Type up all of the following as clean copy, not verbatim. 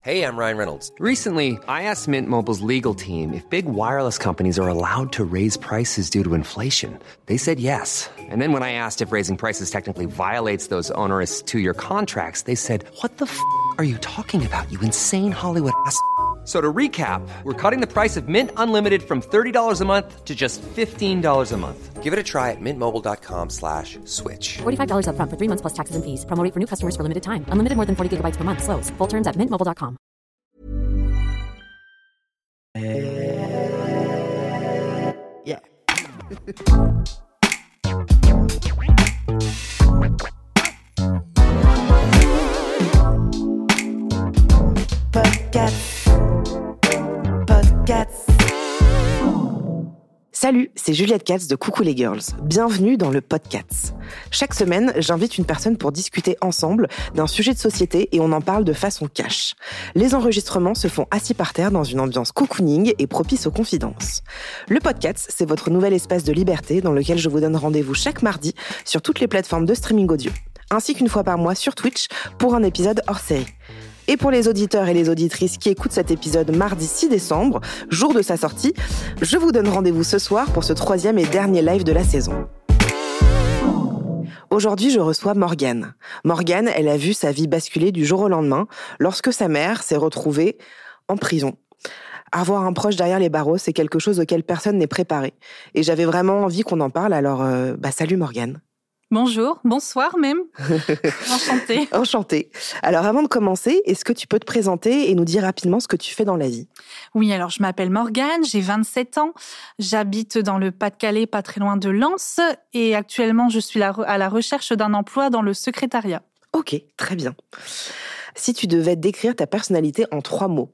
Hey, I'm Ryan Reynolds. Recently, I asked Mint Mobile's legal team if big wireless companies are allowed to raise prices due to inflation. They said yes. And then when I asked if raising prices technically violates those onerous two-year contracts, they said, "What the f*** are you talking about, you insane Hollywood ass?" So to recap, we're cutting the price of Mint Unlimited from $30 a month to just $15 a month. Give it a try at mintmobile.com/switch. $45 up front for 3 months plus taxes and fees. Promo rate for new customers for limited time. Unlimited more than 40 gigabytes per month. Slows full terms at mintmobile.com. Yeah. Podcast. Salut, c'est Juliette Katz de Coucou les Girls. Bienvenue dans le Podcast. Chaque semaine, j'invite une personne pour discuter ensemble d'un sujet de société et on en parle de façon cash. Les enregistrements se font assis par terre dans une ambiance cocooning et propice aux confidences. Le Podcast, c'est votre nouvel espace de liberté dans lequel je vous donne rendez-vous chaque mardi sur toutes les plateformes de streaming audio, ainsi qu'une fois par mois sur Twitch pour un épisode hors série. Et pour les auditeurs et les auditrices qui écoutent cet épisode mardi 6 décembre, jour de sa sortie, je vous donne rendez-vous ce soir pour ce 3e et dernier live de la saison. Aujourd'hui, je reçois Morgane. Morgane, elle a vu sa vie basculer du jour au lendemain lorsque sa mère s'est retrouvée en prison. Avoir un proche derrière les barreaux, c'est quelque chose auquel personne n'est préparé. Et j'avais vraiment envie qu'on en parle, alors salut Morgane. Bonjour, bonsoir même. Enchantée. Enchantée. Alors avant de commencer, est-ce que tu peux te présenter et nous dire rapidement ce que tu fais dans la vie ? Oui, alors je m'appelle Morgane, j'ai 27 ans, j'habite dans le Pas-de-Calais, pas très loin de Lens, et actuellement je suis à la recherche d'un emploi dans le secrétariat. Ok, très bien. Si tu devais décrire ta personnalité en 3 mots.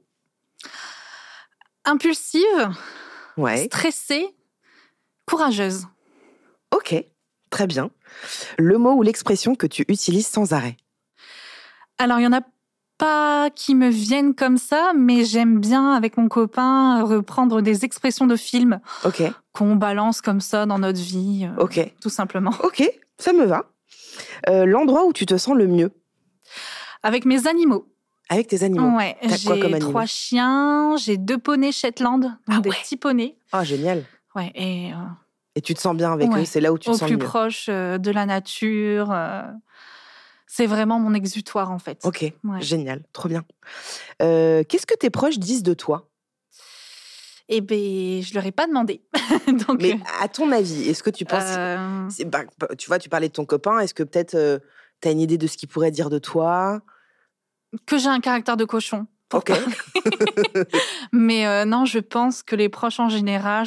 Impulsive, Ouais. stressée, courageuse. Ok, très bien. Le mot ou l'expression que tu utilises sans arrêt. Alors il y en a pas qui me viennent comme ça, mais j'aime bien avec mon copain reprendre des expressions de films Ok, qu'on balance comme ça dans notre vie, ok. tout simplement. Ok, ça me va. L'endroit où tu te sens le mieux Avec mes animaux. avec tes animaux. Ouais, T'as quoi comme j'ai animaux 3 chiens, j'ai 2 poneys Shetland, donc Ah des ouais. petits poneys. Ah, génial. Ouais, et Et tu te sens bien avec ouais, eux, c'est là où tu te au sens plus le mieux. proche de la nature. C'est vraiment mon exutoire, en fait. Ok, Ouais. génial, trop bien. Qu'est-ce que tes proches disent de toi ? Eh bien, je leur ai pas demandé. Donc, Mais à ton avis, est-ce que tu penses... tu vois, tu parlais de ton copain, est-ce que peut-être tu as une idée de ce qu'il pourrait dire de toi ? que j'ai un caractère de cochon. Ok. Mais non, je pense que les proches en général,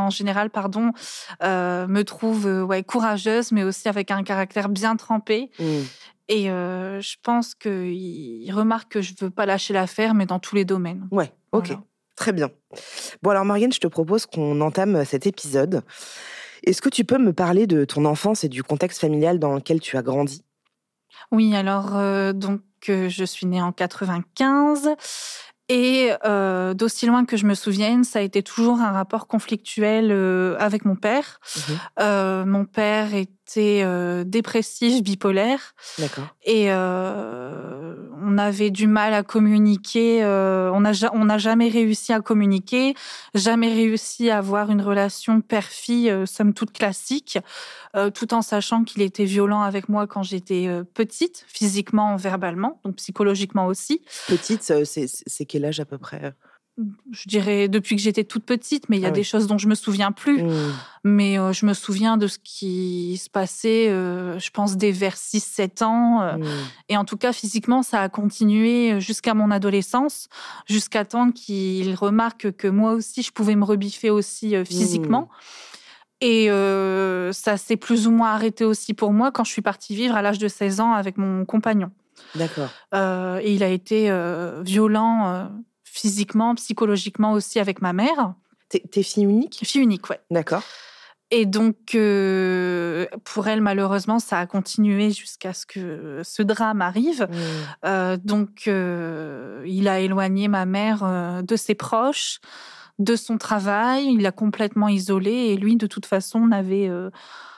me trouvent courageuse, mais aussi avec un caractère bien trempé. Et je pense qu'ils remarquent que je veux pas lâcher l'affaire, mais dans tous les domaines. Ouais, ok. Voilà. Très bien. Bon, alors Morgane, je te propose qu'on entame cet épisode. Est-ce que tu peux me parler de ton enfance et du contexte familial dans lequel tu as grandi ? Oui, alors je suis née en 95 et d'aussi loin que je me souvienne, ça a été toujours un rapport conflictuel avec mon père. Mon père était dépressif, bipolaire. D'accord. Et on avait du mal à communiquer. On n'a jamais réussi à communiquer, jamais réussi à avoir une relation père-fille, somme toute classique, tout en sachant qu'il était violent avec moi quand j'étais petite, physiquement, verbalement, donc psychologiquement aussi. Petite, c'est quel âge à peu près ? Je dirais depuis que j'étais toute petite, mais il y a des choses dont je me souviens plus. Mais je me souviens de ce qui se passait, je pense, dès vers 6-7 ans. Et en tout cas, physiquement, ça a continué jusqu'à mon adolescence, jusqu'à temps qu'il remarque que moi aussi, je pouvais me rebiffer aussi physiquement. Et ça s'est plus ou moins arrêté aussi pour moi quand je suis partie vivre à l'âge de 16 ans avec mon compagnon. D'accord. Et il a été violent physiquement, psychologiquement aussi avec ma mère. T'es fille unique ? Fille unique, ouais. D'accord. Et donc, pour elle, malheureusement, ça a continué jusqu'à ce que ce drame arrive. Donc, il a éloigné ma mère de ses proches, de son travail. Il l'a complètement isolée. Et lui, de toute façon, n'avait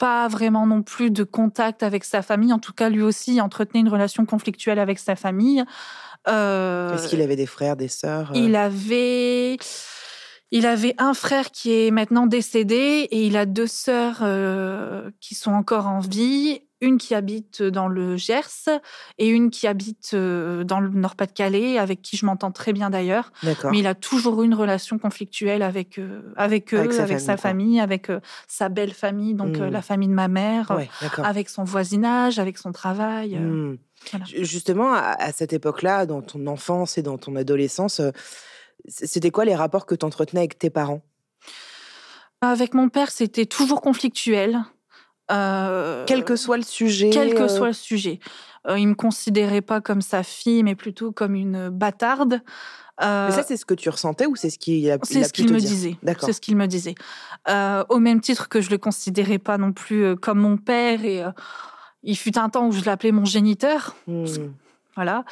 pas vraiment non plus de contact avec sa famille. En tout cas, lui aussi entretenait une relation conflictuelle avec sa famille. Est-ce qu'il avait des frères, des sœurs Il avait un frère qui est maintenant décédé et il a 2 sœurs qui sont encore en vie. Une qui habite dans le Gers et une qui habite dans le Nord-Pas-de-Calais, avec qui je m'entends très bien d'ailleurs. D'accord. Mais il a toujours eu une relation conflictuelle avec eux, avec sa famille, avec sa belle famille, donc la famille de ma mère, Ouais, avec son voisinage, avec son travail. Voilà. Justement, à cette époque-là, dans ton enfance et dans ton adolescence, c'était quoi les rapports que tu entretenais avec tes parents ? Avec mon père, c'était toujours conflictuel. Quel que soit le sujet. Quel que soit le sujet. Il me considérait pas comme sa fille, mais plutôt comme une bâtarde. Mais ça, c'est ce que tu ressentais ou c'est ce qu'il a pu te dire ? C'est ce qu'il me disait. D'accord. C'est ce qu'il me disait. Au même titre que je le considérais pas non plus comme mon père. Et il fut un temps où je l'appelais mon géniteur. Voilà.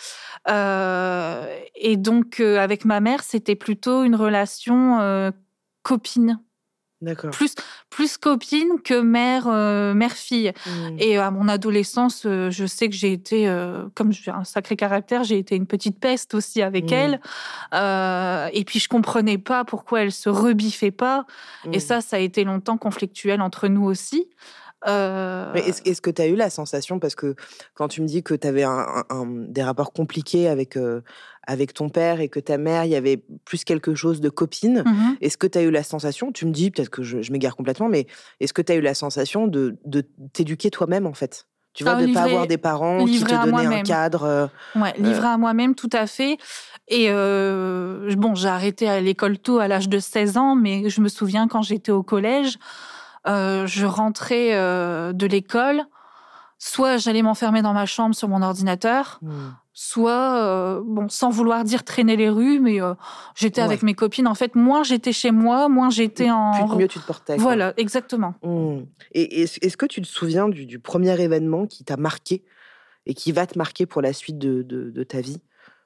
Et donc, avec ma mère, c'était plutôt une relation copine. D'accord. Plus copine que mère-fille. Et à mon adolescence, je sais que j'ai été, comme j'ai un sacré caractère, j'ai été une petite peste aussi avec elle. Et puis, je comprenais pas pourquoi elle se rebiffait pas. Et ça a été longtemps conflictuel entre nous aussi. Mais est-ce que tu as eu la sensation, parce que quand tu me dis que tu avais des rapports compliqués avec ton père et que ta mère, il y avait plus quelque chose de copine, est-ce que tu as eu la sensation, tu me dis, peut-être que je m'égare complètement, mais est-ce que tu as eu la sensation de t'éduquer toi-même, en fait ? Tu vois, de ne pas avoir des parents qui te donnaient un cadre. Livré à moi-même, tout à fait. Et j'ai arrêté à l'école tôt, à l'âge de 16 ans, mais je me souviens quand j'étais au collège, je rentrais de l'école, soit j'allais m'enfermer dans ma chambre sur mon ordinateur, soit, sans vouloir dire traîner les rues, mais j'étais avec mes copines. En fait, moins j'étais chez moi, moins j'étais mieux tu te portais. Voilà, exactement. Et est-ce que tu te souviens du premier événement qui t'a marqué et qui va te marquer pour la suite de ta vie ?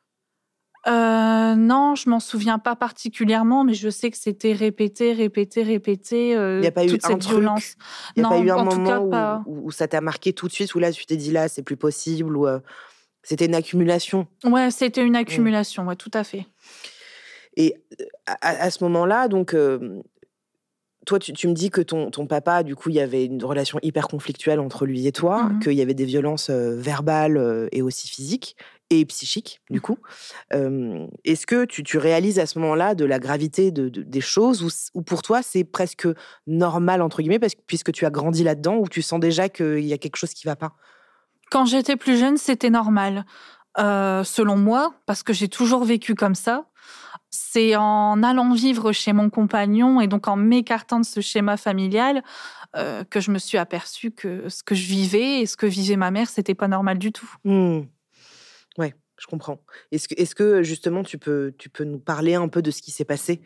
Non, je m'en souviens pas particulièrement, mais je sais que c'était répété. Il n'y a pas eu toute cette violence. Il n'y a non, pas eu un en moment tout cas, où ça t'a marqué tout de suite, où là tu t'es dit là c'est plus possible, ou c'était une accumulation. Ouais, c'était une accumulation, ouais, tout à fait. Et à ce moment-là, donc toi tu me dis que ton papa, du coup, il y avait une relation hyper conflictuelle entre lui et toi, qu'il y avait des violences verbales et aussi physiques et psychiques, du coup. Est-ce que tu réalises à ce moment-là de la gravité des choses, ou pour toi c'est presque normal, entre guillemets, puisque tu as grandi là-dedans, ou tu sens déjà qu'il y a quelque chose qui ne va pas ? Quand j'étais plus jeune, c'était normal, selon moi, parce que j'ai toujours vécu comme ça. C'est en allant vivre chez mon compagnon et donc en m'écartant de ce schéma familial que je me suis aperçue que ce que je vivais et ce que vivait ma mère, c'était pas normal du tout. Ouais, je comprends. Est-ce que justement tu peux nous parler un peu de ce qui s'est passé,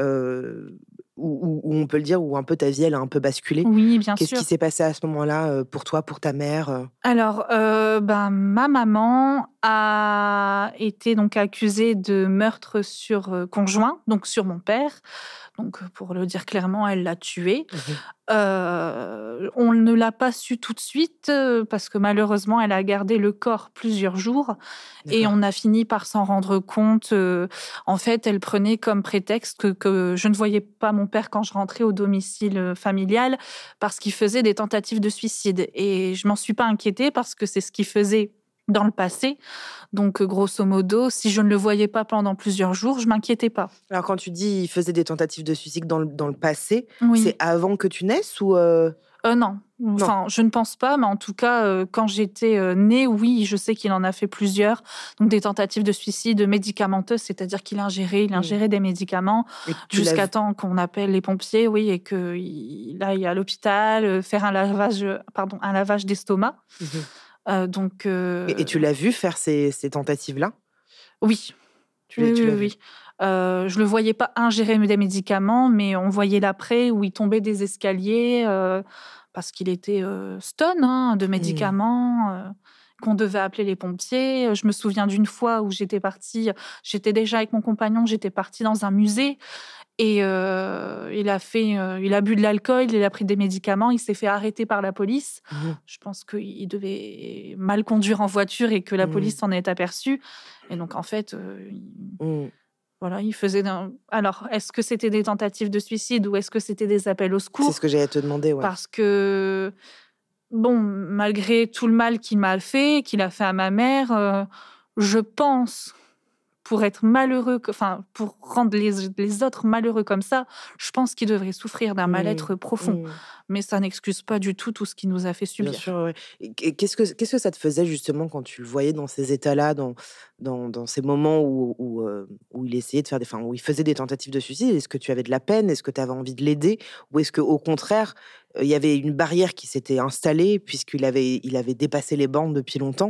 où on peut le dire, où un peu ta vie elle a un peu basculé ? Oui, bien sûr. Qu'est-ce qui s'est passé à ce moment-là pour toi, pour ta mère ? Alors, ma maman a été donc accusée de meurtre sur conjoint, donc sur mon père. Donc, pour le dire clairement, elle l'a tué. On ne l'a pas su tout de suite parce que malheureusement, elle a gardé le corps plusieurs jours. D'accord. Et on a fini par s'en rendre compte. En fait, elle prenait comme prétexte que je ne voyais pas mon père quand je rentrais au domicile familial parce qu'il faisait des tentatives de suicide. Et je m'en suis pas inquiétée parce que c'est ce qu'il faisait dans le passé. Donc, grosso modo, si je ne le voyais pas pendant plusieurs jours, je m'inquiétais pas. Alors, quand tu dis il faisait des tentatives de suicide dans le passé, oui. C'est avant que tu naisses ou Non. Enfin, je ne pense pas, mais en tout cas, quand j'étais née, oui, je sais qu'il en a fait plusieurs. Donc, des tentatives de suicide médicamenteuses, c'est-à-dire qu'il ingérait des médicaments jusqu'à temps qu'on appelle les pompiers, oui, et qu'il aille à l'hôpital faire un lavage d'estomac. Et tu l'as vu faire ces tentatives-là ? Oui. Oui. Je le voyais pas ingérer des médicaments, mais on voyait l'après où il tombait des escaliers parce qu'il était stun de médicaments. qu'on devait appeler les pompiers. Je me souviens d'une fois où j'étais déjà avec mon compagnon, j'étais partie dans un musée et il a bu de l'alcool, il a pris des médicaments, il s'est fait arrêter par la police. Je pense qu'il devait mal conduire en voiture et que la police s'en est aperçue. Et donc, en fait, voilà, il faisait... Alors, est-ce que c'était des tentatives de suicide ou est-ce que c'était des appels au secours ? C'est ce que j'allais te demander, ouais. Parce que, bon, malgré tout le mal qu'il a fait à ma mère, je pense... pour être malheureux, pour rendre les autres malheureux comme ça, je pense qu'il devrait souffrir d'un mal-être profond. Mais ça n'excuse pas du tout ce qu'il nous a fait subir. Bien sûr, ouais. Et qu'est-ce que ça te faisait justement quand tu le voyais dans ces états-là, dans ces moments où il essayait de faire où il faisait des tentatives de suicide? Est-ce que tu avais de la peine? Est-ce que tu avais envie de l'aider? Ou est-ce qu'au contraire, il y avait une barrière qui s'était installée puisqu'il avait dépassé les bornes depuis longtemps?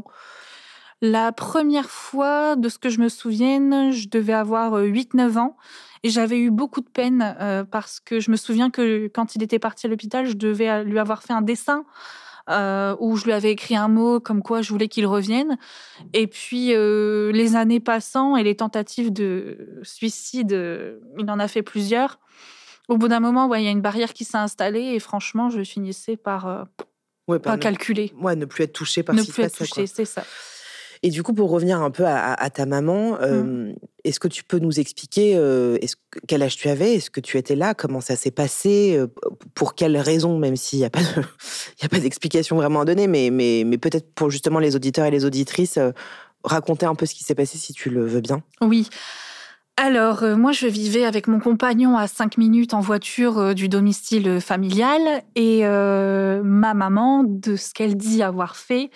La première fois, de ce que je me souvienne, je devais avoir 8-9 ans et j'avais eu beaucoup de peine parce que je me souviens que quand il était parti à l'hôpital, je devais lui avoir fait un dessin où je lui avais écrit un mot comme quoi je voulais qu'il revienne. Et puis, les années passant et les tentatives de suicide, il en a fait plusieurs. Au bout d'un moment, il y a une barrière qui s'est installée et franchement, je finissais par pas calculer. Ouais, ne plus être touchée par ce qui se passait. Ne plus être touchée, c'est ça. Et du coup, pour revenir un peu à ta maman, est-ce que tu peux nous expliquer quel âge tu avais? Est-ce que tu étais là? Comment ça s'est passé? Pour quelles raisons? Même s'il n'y a pas d'explication vraiment à donner, mais peut-être pour justement les auditeurs et les auditrices, raconter un peu ce qui s'est passé si tu le veux bien. Oui. Alors, moi, je vivais avec mon compagnon à 5 minutes en voiture du domicile familial et ma maman, de ce qu'elle dit avoir fait,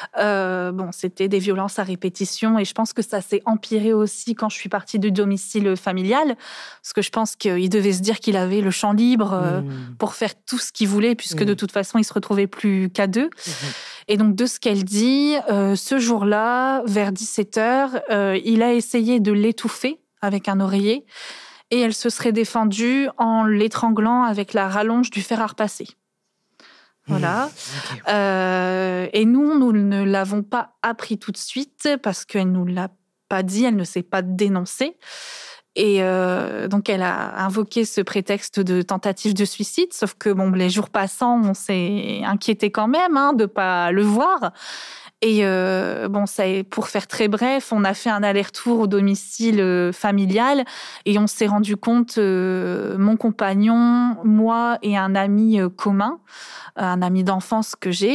c'était des violences à répétition et je pense que ça s'est empiré aussi quand je suis partie du domicile familial parce que je pense qu'il devait se dire qu'il avait le champ libre pour faire tout ce qu'il voulait puisque de toute façon, il se retrouvait plus qu'à deux. Et donc, de ce qu'elle dit, ce jour-là, vers 17h, il a essayé de l'étouffer avec un oreiller, et elle se serait défendue en l'étranglant avec la rallonge du fer à repasser. Voilà. Okay. Et nous ne l'avons pas appris tout de suite, parce qu'elle ne nous l'a pas dit, elle ne s'est pas dénoncée. Et donc, elle a invoqué ce prétexte de tentative de suicide, sauf que les jours passants, on s'est inquiété quand même de ne pas le voir. Et pour faire très bref, on a fait un aller-retour au domicile familial et on s'est rendu compte, mon compagnon, moi et un ami commun, un ami d'enfance que j'ai,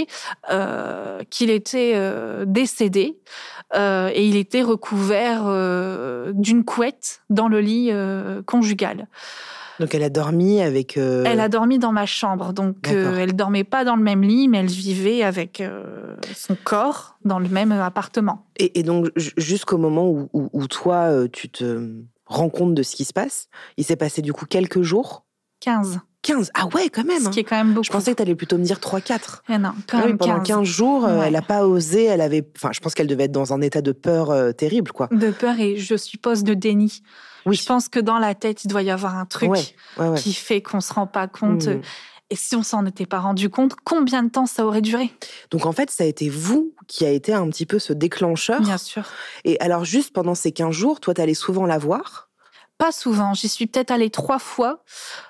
qu'il était décédé et il était recouvert d'une couette dans le lit conjugal. Donc, elle a dormi avec... Elle a dormi dans ma chambre. Donc, elle ne dormait pas dans le même lit, mais elle vivait avec son corps dans le même appartement. Et donc, jusqu'au moment où toi, tu te rends compte de ce qui se passe, il s'est passé du coup quelques jours? 15. Ah ouais, quand même. Ce qui est quand même beaucoup. Je pensais que tu allais plutôt me dire 3-4. Non, quand même 15. Pendant 15 jours, ouais. Elle n'a pas osé. Je pense qu'elle devait être dans un état de peur terrible, quoi. De peur et, je suppose, de déni. Oui. Je pense que dans la tête, il doit y avoir un truc qui fait qu'on ne se rend pas compte. Et si on s'en était pas rendu compte, combien de temps ça aurait duré? Donc, en fait, ça a été vous qui a été un petit peu ce déclencheur. Bien sûr. Et alors, juste pendant ces 15 jours, toi, tu allais souvent la voir? Pas souvent. J'y suis peut-être allée 3 fois.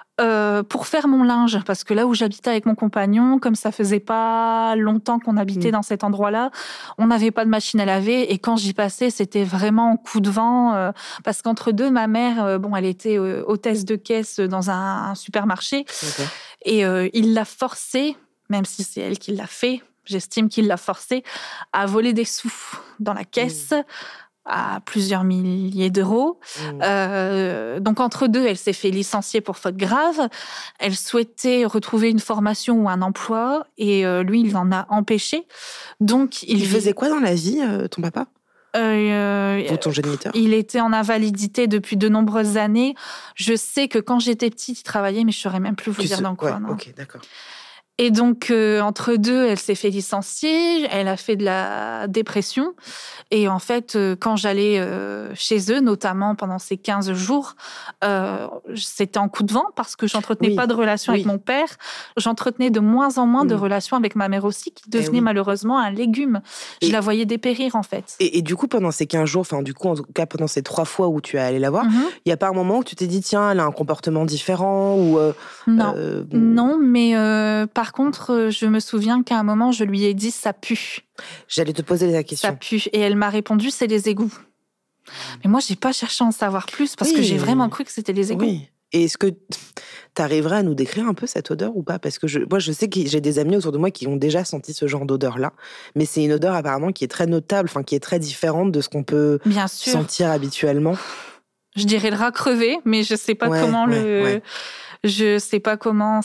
Pour faire mon linge, parce que là où j'habitais avec mon compagnon, comme ça faisait pas longtemps qu'on habitait dans cet endroit-là, on n'avait pas de machine à laver, et quand j'y passais, c'était vraiment en coup de vent, parce qu'entre deux, ma mère, elle était hôtesse de caisse dans un supermarché, et il l'a forcée, même si c'est elle qui l'a fait, j'estime qu'il l'a forcée, à voler des sous dans la caisse, à plusieurs milliers d'euros. Donc, entre deux, elle s'est fait licencier pour faute grave. Elle souhaitait retrouver une formation ou un emploi et lui, il l'en a empêché. Donc, il faisait quoi dans la vie, ton papa? Ou ton géniteur? Il était en invalidité depuis de nombreuses années. Je sais que quand j'étais petite, il travaillait, mais je ne saurais même plus vous dire dans quoi. Non. Ok, d'accord. Et donc, entre deux, elle s'est fait licencier, elle a fait de la dépression. Et en fait, quand j'allais chez eux, notamment pendant ces 15 jours, c'était en coup de vent parce que j'entretenais pas de relation avec mon père. J'entretenais de moins en moins de relations avec ma mère aussi, qui devenait malheureusement un légume. Je la voyais dépérir, en fait. Et du coup, pendant ces 15 jours, en tout cas, pendant ces 3 fois où tu es allée la voir, il n'y a pas un moment où tu t'es dit, tiens, elle a un comportement différent ou Non, mais par contre, je me souviens qu'à un moment, je lui ai dit « ça pue ». J'allais te poser la question. Ça pue. Et elle m'a répondu « c'est les égouts ». Mais moi, je n'ai pas cherché à en savoir plus parce que j'ai vraiment cru que c'était les égouts. Oui. Et est-ce que tu arriverais à nous décrire un peu cette odeur ou pas ? Parce que moi, je sais que j'ai des amis autour de moi qui ont déjà senti ce genre d'odeur-là. Mais c'est une odeur apparemment qui est très notable, qui est très différente de ce qu'on peut sentir habituellement. Je dirais le rat crevé, mais je ne sais pas comment Je sais pas comment,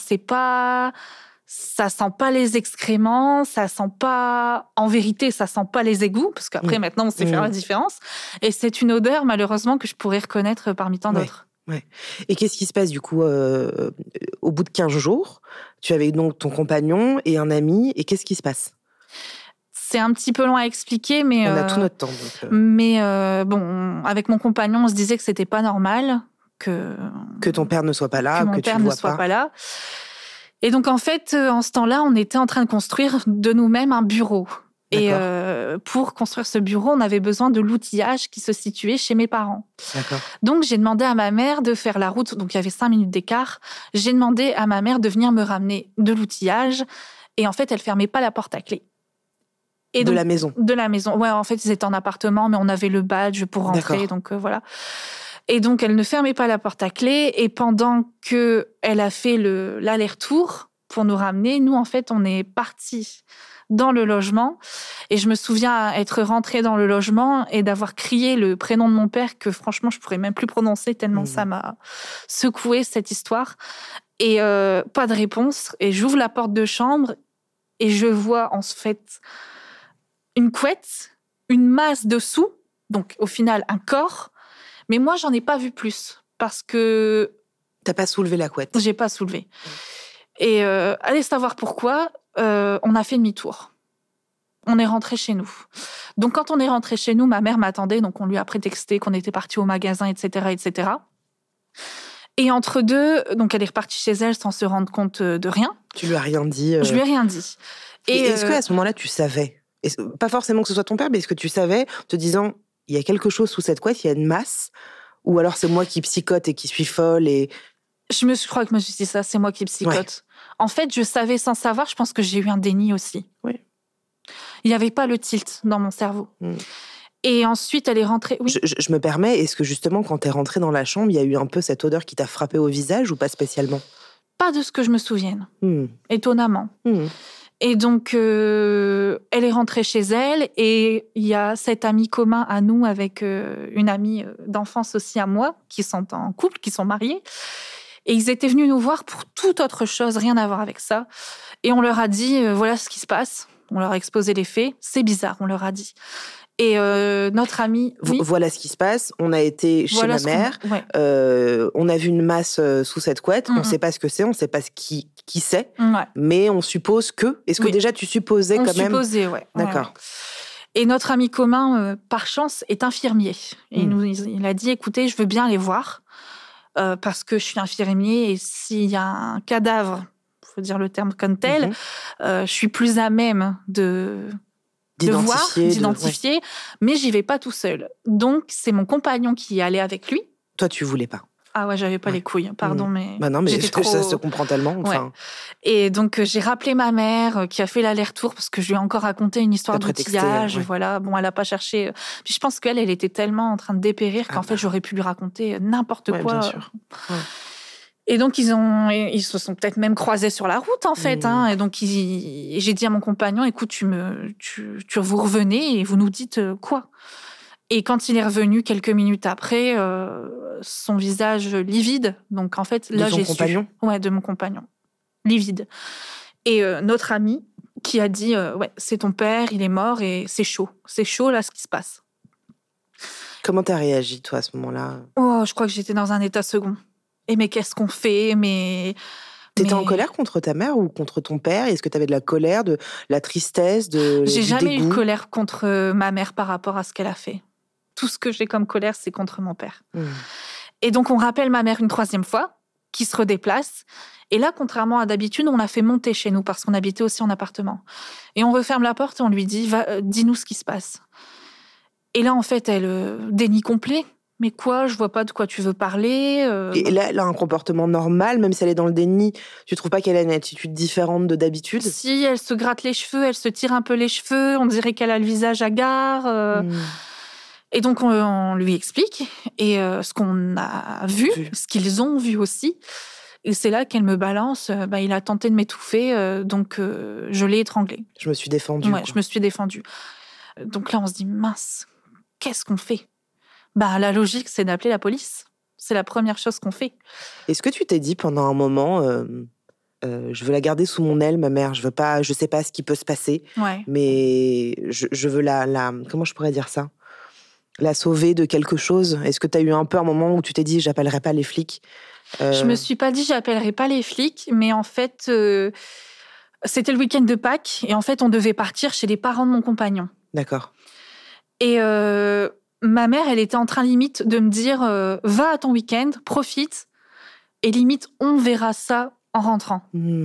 ça sent pas les excréments, ça sent pas, en vérité, ça sent pas les égouts, parce qu'après, maintenant, on sait faire la différence. Et c'est une odeur, malheureusement, que je pourrais reconnaître parmi tant d'autres. Ouais. Et qu'est-ce qui se passe, du coup, au bout de 15 jours ? Tu avais donc ton compagnon et un ami, et qu'est-ce qui se passe ? C'est un petit peu long à expliquer, mais... On a tout notre temps. Donc, Mais bon, avec mon compagnon, on se disait que c'était pas normal, que ton père ne soit pas là, que père ne soit pas là. Et donc, en fait, en ce temps-là, on était en train de construire de nous-mêmes un bureau. Et pour construire ce bureau, on avait besoin de l'outillage qui se situait chez mes parents. D'accord. Donc, j'ai demandé à ma mère de faire la route. Donc, il y avait 5 minutes d'écart. J'ai demandé à ma mère de venir me ramener de l'outillage. Et en fait, elle ne fermait pas la porte à clé. Et donc, de la maison ? De la maison. Ouais, en fait, ils étaient en appartement, mais on avait le badge pour rentrer. D'accord. Donc, voilà. Et donc, elle ne fermait pas la porte à clé. Et pendant qu'elle a fait l'aller-retour pour nous ramener, nous, en fait, on est partis dans le logement. Et je me souviens être rentrée dans le logement et d'avoir crié le prénom de mon père que, franchement, je ne pourrais même plus prononcer tellement ça m'a secoué, cette histoire. Et pas de réponse. Et j'ouvre la porte de chambre et je vois, en fait, une couette, une masse dessous. Donc, au final, un corps. Mais moi, j'en ai pas vu plus parce que... T'as pas soulevé la couette ? J'ai pas soulevé. Et allez savoir pourquoi, on a fait demi-tour. On est rentré chez nous. Donc, quand on est rentré chez nous, ma mère m'attendait, donc on lui a prétexté qu'on était partis au magasin, etc., etc. Et entre deux, donc elle est repartie chez elle sans se rendre compte de rien. Tu lui as rien dit Je lui ai rien dit. Et est-ce qu'à ce moment-là, tu savais ? Pas forcément que ce soit ton père, mais est-ce que tu savais, te disant... il y a quelque chose sous cette couette, il y a une masse, ou alors c'est moi qui psychote et qui suis folle et... Je crois que je me suis dit ça, c'est moi qui psychote. Ouais. En fait, je savais sans savoir, je pense que j'ai eu un déni aussi. Oui. Il n'y avait pas le tilt dans mon cerveau. Et ensuite, elle est rentrée... Oui. Je me permets, est-ce que justement, quand t'es rentrée dans la chambre, il y a eu un peu cette odeur qui t'a frappé au visage ou pas spécialement ? Pas de ce que je me souvienne, étonnamment. Et donc, elle est rentrée chez elle et il y a cet ami commun à nous avec une amie d'enfance aussi à moi, qui sont en couple, qui sont mariés. Et ils étaient venus nous voir pour toute autre chose, rien à voir avec ça. Et on leur a dit, voilà ce qui se passe. On leur a exposé les faits. C'est bizarre, on leur a dit. Et notre ami... Voilà ce qui se passe. On a été chez ma mère. On a vu une masse sous cette couette. On ne sait pas ce que c'est. On ne sait pas qui c'est. Mais on suppose que... Est-ce que déjà tu supposais quand même... On supposait, oui. D'accord. Et notre ami commun, par chance, est infirmier. Et il a dit, écoutez, je veux bien les voir parce que je suis infirmier et s'il y a un cadavre, il faut dire le terme comme tel, je suis plus à même d'identifier, mais j'y vais pas tout seul. Donc, c'est mon compagnon qui est allé avec lui. Toi, tu voulais pas. Ah ouais, j'avais pas les couilles, pardon, mais... Bah non, mais trop... ça se comprend tellement. Enfin... Ouais. Et donc, j'ai rappelé ma mère qui a fait l'aller-retour parce que je lui ai encore raconté une histoire d'outillage. Voilà. Bon, elle a pas cherché... Puis je pense qu'elle était tellement en train de dépérir qu'en fait, j'aurais pu lui raconter n'importe quoi. Bien sûr. Et donc, ils se sont peut-être même croisés sur la route, en fait. Et donc, j'ai dit à mon compagnon, écoute, vous revenez et vous nous dites quoi ? Et quand il est revenu quelques minutes après, son visage livide. Donc, en fait, là, j'ai su. De ton compagnon ? Ouais, de mon compagnon. Livide. Et notre ami qui a dit, c'est ton père, il est mort et c'est chaud. C'est chaud, là, ce qui se passe. Comment t'as réagi, toi, à ce moment-là ? Oh, je crois que j'étais dans un état second. Et mais qu'est-ce qu'on fait ? Mais T'étais en colère contre ta mère ou contre ton père? Est-ce que t'avais de la colère, de la tristesse, J'ai du jamais dégoût? eu de colère contre ma mère par rapport à ce qu'elle a fait. Tout ce que j'ai comme colère, c'est contre mon père. Et donc, on rappelle ma mère une 3e fois, qui se redéplace. Et là, contrairement à d'habitude, on l'a fait monter chez nous parce qu'on habitait aussi en appartement. Et on referme la porte et on lui dit « dis-nous ce qui se passe ». Et là, en fait, elle dénie complet. Mais quoi, je vois pas de quoi tu veux parler. Et là, elle a un comportement normal, même si elle est dans le déni. Tu trouves pas qu'elle a une attitude différente de d'habitude? Si, elle se gratte les cheveux, elle se tire un peu les cheveux, on dirait qu'elle a le visage hagard. Et donc, on lui explique. Et ce qu'on a vu, ce qu'ils ont vu aussi. Et c'est là qu'elle me balance. Il a tenté de m'étouffer, donc je l'ai étranglé. Je me suis défendue. Ouais, je me suis défendue. Donc là, on se dit, mince, qu'est-ce qu'on fait? La logique, c'est d'appeler la police. C'est la première chose qu'on fait. Est-ce que tu t'es dit pendant un moment, je veux la garder sous mon aile, ma mère, je sais pas ce qui peut se passer, mais je veux comment je pourrais dire ça? La sauver de quelque chose? Est-ce que tu as eu un peu un moment où tu t'es dit, j'appellerai pas les flics? Je me suis pas dit, j'appellerai pas les flics, mais en fait, c'était le week-end de Pâques, et en fait, on devait partir chez les parents de mon compagnon. D'accord. Et ma mère, elle était en train limite de me dire va à ton week-end, profite, et limite, on verra ça en rentrant.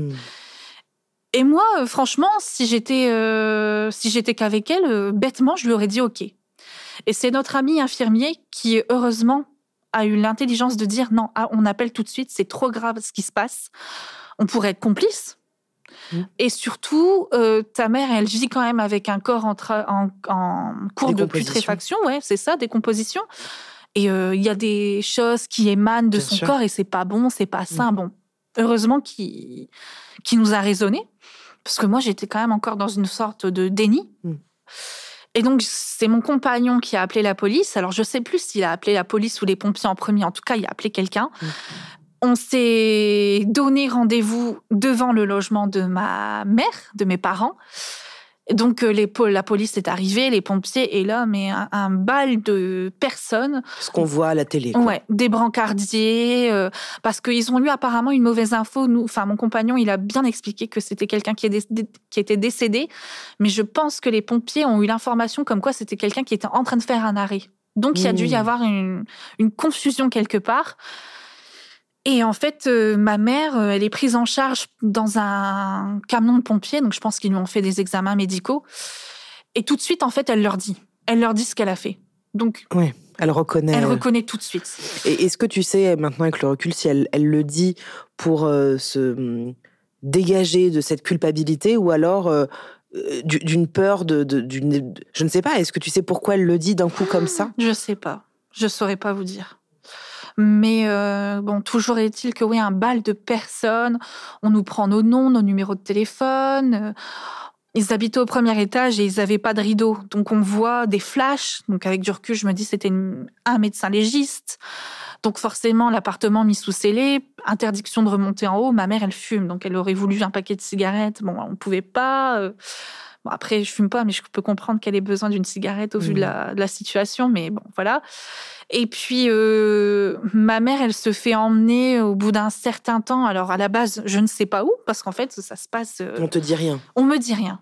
Et moi, franchement, si j'étais qu'avec elle, bêtement, je lui aurais dit OK. Et c'est notre ami infirmier qui, heureusement, a eu l'intelligence de dire non, on appelle tout de suite, c'est trop grave ce qui se passe. On pourrait être complice. Et surtout, ta mère, elle vit quand même avec un corps en cours de putréfaction. Ouais, c'est ça, décomposition. Et il y a des choses qui émanent de son corps et c'est pas bon, c'est pas sain. Bon, heureusement qu'il nous a raisonné, parce que moi, j'étais quand même encore dans une sorte de déni. Et donc, c'est mon compagnon qui a appelé la police. Alors, je sais plus s'il a appelé la police ou les pompiers en premier. En tout cas, il a appelé quelqu'un. On s'est donné rendez-vous devant le logement de ma mère, de mes parents. Donc, la police est arrivée, les pompiers, et là, mais un bal de personnes. Ce qu'on voit à la télé, quoi. Ouais, des brancardiers, parce qu'ils ont eu apparemment une mauvaise info. Mon compagnon, il a bien expliqué que c'était quelqu'un qui était décédé, mais je pense que les pompiers ont eu l'information comme quoi c'était quelqu'un qui était en train de faire un arrêt. Donc, il y a dû y avoir une confusion quelque part. Et en fait, ma mère, elle est prise en charge dans un camion de pompiers, donc je pense qu'ils lui ont fait des examens médicaux. Et tout de suite, en fait, elle leur dit ce qu'elle a fait. Donc, oui, elle reconnaît. Elle reconnaît tout de suite. Et est-ce que tu sais, maintenant avec le recul, si elle le dit pour se dégager de cette culpabilité ou alors d'une peur, je ne sais pas, est-ce que tu sais pourquoi elle le dit d'un coup comme ça? Je sais pas. Je saurais pas vous dire. Mais toujours est-il que oui, un bal de personnes, on nous prend nos noms, nos numéros de téléphone. Ils habitaient au premier étage et ils n'avaient pas de rideau. Donc on voit des flashs. Donc avec du recul, je me dis c'était un médecin légiste. Donc forcément, l'appartement mis sous scellé, interdiction de remonter en haut. Ma mère, elle fume, donc elle aurait voulu un paquet de cigarettes. Bon, on ne pouvait pas. Bon, après, je fume pas, mais je peux comprendre qu'elle ait besoin d'une cigarette au vu de la situation. Mais bon, voilà. Et puis, ma mère, elle se fait emmener au bout d'un certain temps. Alors, à la base, je ne sais pas où, parce qu'en fait, ça se passe... On te dit rien. On me dit rien.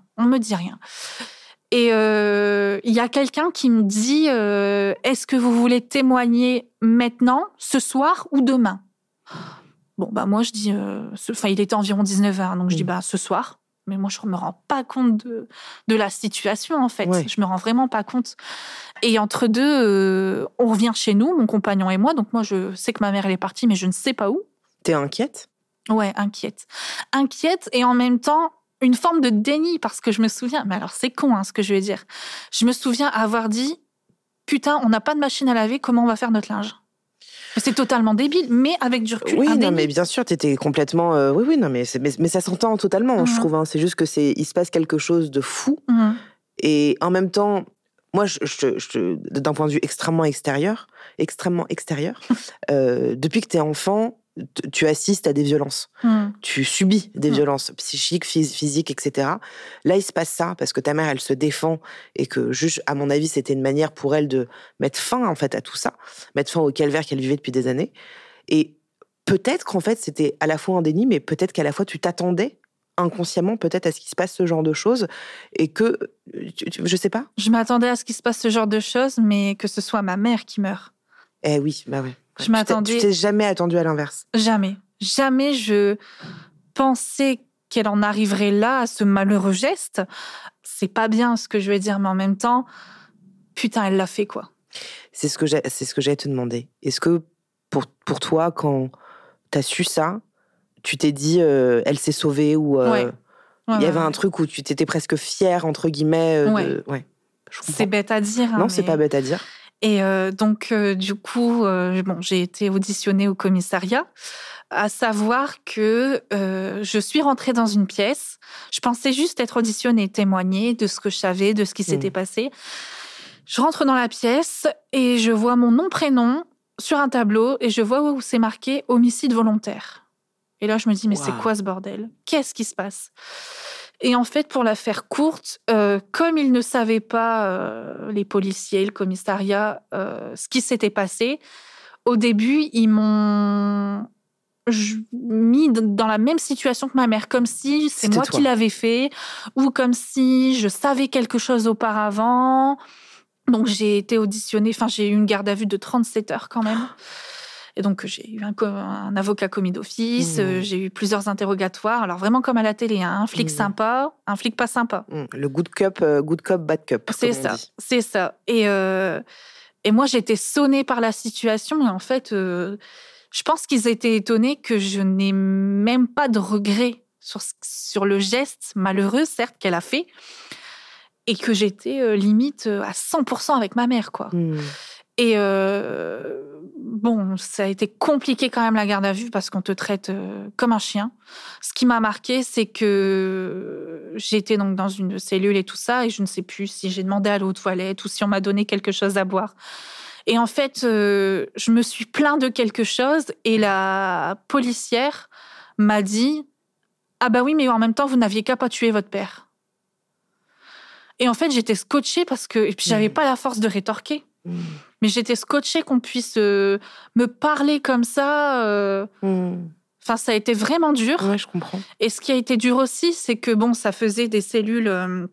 Et il y a quelqu'un qui me dit est-ce que vous voulez témoigner maintenant, ce soir ou demain? Bon, moi, je dis... il était environ 19h, donc je dis ce soir. Mais moi, je ne me rends pas compte de la situation, en fait. Ouais. Je me rends vraiment pas compte. Et entre deux, on revient chez nous, mon compagnon et moi. Donc moi, je sais que ma mère, elle est partie, mais je ne sais pas où. T'es inquiète? Ouais, inquiète. Inquiète et en même temps, une forme de déni, parce que je me souviens... Mais alors, c'est con, ce que je vais dire. Je me souviens avoir dit « Putain, on n'a pas de machine à laver, comment on va faire notre linge ?» C'est totalement débile, mais avec du recul. Oui, non, mais bien sûr, t'étais complètement. Mais ça s'entend totalement, je trouve. C'est juste que il se passe quelque chose de fou. Et en même temps, moi, d'un point de vue extrêmement extérieur, depuis que t'es enfant, tu assistes à des violences. Tu subis des violences psychiques, physiques, etc. Là, il se passe ça parce que ta mère, elle se défend et que, juste, à mon avis, c'était une manière pour elle de mettre fin, en fait, à tout ça, mettre fin au calvaire qu'elle vivait depuis des années. Et peut-être qu'en fait, c'était à la fois un déni, mais peut-être qu'à la fois, tu t'attendais inconsciemment peut-être à ce qu'il se passe ce genre de choses et que, je sais pas. Je m'attendais à ce qu'il se passe ce genre de choses, mais que ce soit ma mère qui meure. Eh oui, bah ouais. Je m'attendais... Tu t'es jamais attendu à l'inverse. Jamais. Jamais je pensais qu'elle en arriverait là, à ce malheureux geste. C'est pas bien ce que je vais dire, mais en même temps, putain, elle l'a fait, quoi. C'est ce que j'allais te demander. Est-ce que pour toi, quand t'as su ça, tu t'es dit, elle s'est sauvée ou il y avait un truc où tu t'étais presque fière, entre guillemets. C'est bête à dire. Non, c'est pas bête à dire. Et donc, du coup, j'ai été auditionnée au commissariat, à savoir que je suis rentrée dans une pièce. Je pensais juste être auditionnée, témoigner de ce que je savais, de ce qui s'était passé. Je rentre dans la pièce et je vois mon nom, prénom sur un tableau et je vois où c'est marqué « homicide volontaire ». Et là, je me dis, mais c'est quoi ce bordel ? Qu'est-ce qui se passe ? Et en fait, pour la faire courte, comme ils ne savaient pas, les policiers, le commissariat, ce qui s'était passé, au début, ils m'ont mis dans la même situation que ma mère, comme si c'est moi qui l'avais fait, ou comme si je savais quelque chose auparavant. Donc, j'ai été auditionnée, j'ai eu une garde à vue de 37 heures quand même. Et donc, j'ai eu un avocat commis d'office, j'ai eu plusieurs interrogatoires. Alors, vraiment comme à la télé, un flic sympa, un flic pas sympa. Le good cop, bad cop. C'est ça. Et moi, j'étais sonnée par la situation. Et en fait, je pense qu'ils étaient étonnés que je n'ai même pas de regret sur le geste malheureux, certes, qu'elle a fait. Et que j'étais limite à 100% avec ma mère, quoi. Et ça a été compliqué quand même la garde à vue parce qu'on te traite comme un chien. Ce qui m'a marqué, c'est que j'étais donc dans une cellule et tout ça, et je ne sais plus si j'ai demandé à aller aux toilettes ou si on m'a donné quelque chose à boire. Et en fait, je me suis plaint de quelque chose et la policière m'a dit « Ah bah oui, mais en même temps, vous n'aviez qu'à pas tuer votre père. » Et en fait, j'étais scotchée parce que j'avais pas la force de rétorquer. Mais j'étais scotchée qu'on puisse me parler comme ça. Ça a été vraiment dur. Ouais, je comprends. Et ce qui a été dur aussi, c'est que ça faisait des cellules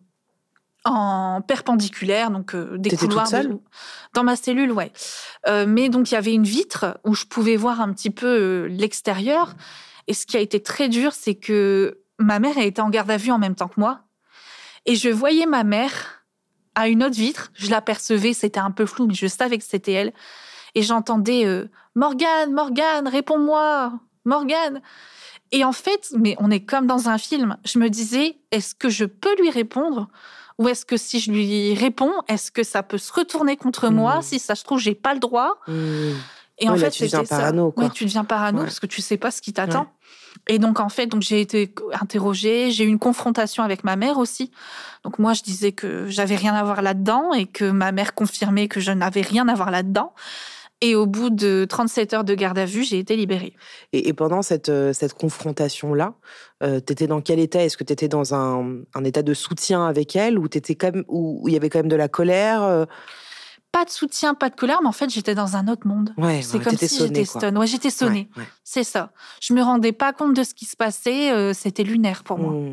en perpendiculaire, donc des T'étais couloirs. Toute seule Dans ma cellule, ouais. Mais donc il y avait une vitre où je pouvais voir un petit peu l'extérieur. Et ce qui a été très dur, c'est que ma mère a été en garde à vue en même temps que moi. Et je voyais ma mère à une autre vitre, je l'apercevais, c'était un peu flou, mais je savais que c'était elle. Et j'entendais « Morgane, réponds-moi, Morgane !» Et en fait, mais on est comme dans un film, je me disais « Est-ce que je peux lui répondre ? Ou est-ce que si je lui réponds, est-ce que ça peut se retourner contre moi ? Si ça se trouve, j'ai pas le droit. » Et en fait, tu deviens parano, quoi. Ouais, tu deviens parano parce que tu sais pas ce qui t'attend. Ouais. Et donc, en fait, j'ai été interrogée, j'ai eu une confrontation avec ma mère aussi. Donc, moi, je disais que j'avais rien à voir là-dedans et que ma mère confirmait que je n'avais rien à voir là-dedans. Et au bout de 37 heures de garde à vue, j'ai été libérée. Et pendant cette confrontation-là, t'étais dans quel état ? Est-ce que t'étais dans un état de soutien avec elle ou où il y avait quand même de la colère Pas de soutien, pas de colère, mais en fait, j'étais dans un autre monde. C'est comme si j'étais stun. Ouais, j'étais sonnée. Ouais. C'est ça. Je me rendais pas compte de ce qui se passait. C'était lunaire pour moi.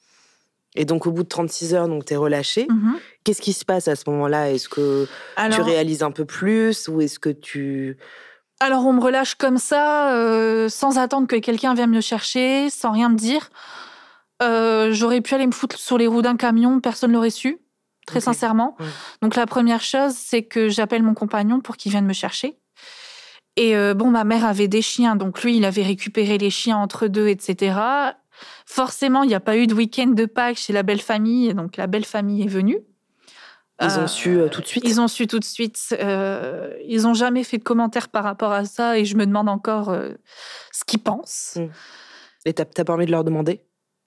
Et donc, au bout de 36 heures, donc, t'es relâchée. Qu'est-ce qui se passe à ce moment-là ? Est-ce que tu réalises un peu plus ou est-ce que tu... Alors, on me relâche comme ça, sans attendre que quelqu'un vienne me chercher, sans rien me dire. J'aurais pu aller me foutre sur les roues d'un camion, personne l'aurait su. Très sincèrement. Donc, la première chose, c'est que j'appelle mon compagnon pour qu'il vienne me chercher. Et ma mère avait des chiens, donc lui, il avait récupéré les chiens entre deux, etc. Forcément, il n'y a pas eu de week-end de Pâques chez la belle famille, donc la belle famille est venue. Ils ont su tout de suite ? Ils ont su tout de suite. Ils n'ont jamais fait de commentaires par rapport à ça, et je me demande encore ce qu'ils pensent. Et t'as pas envie de leur demander ?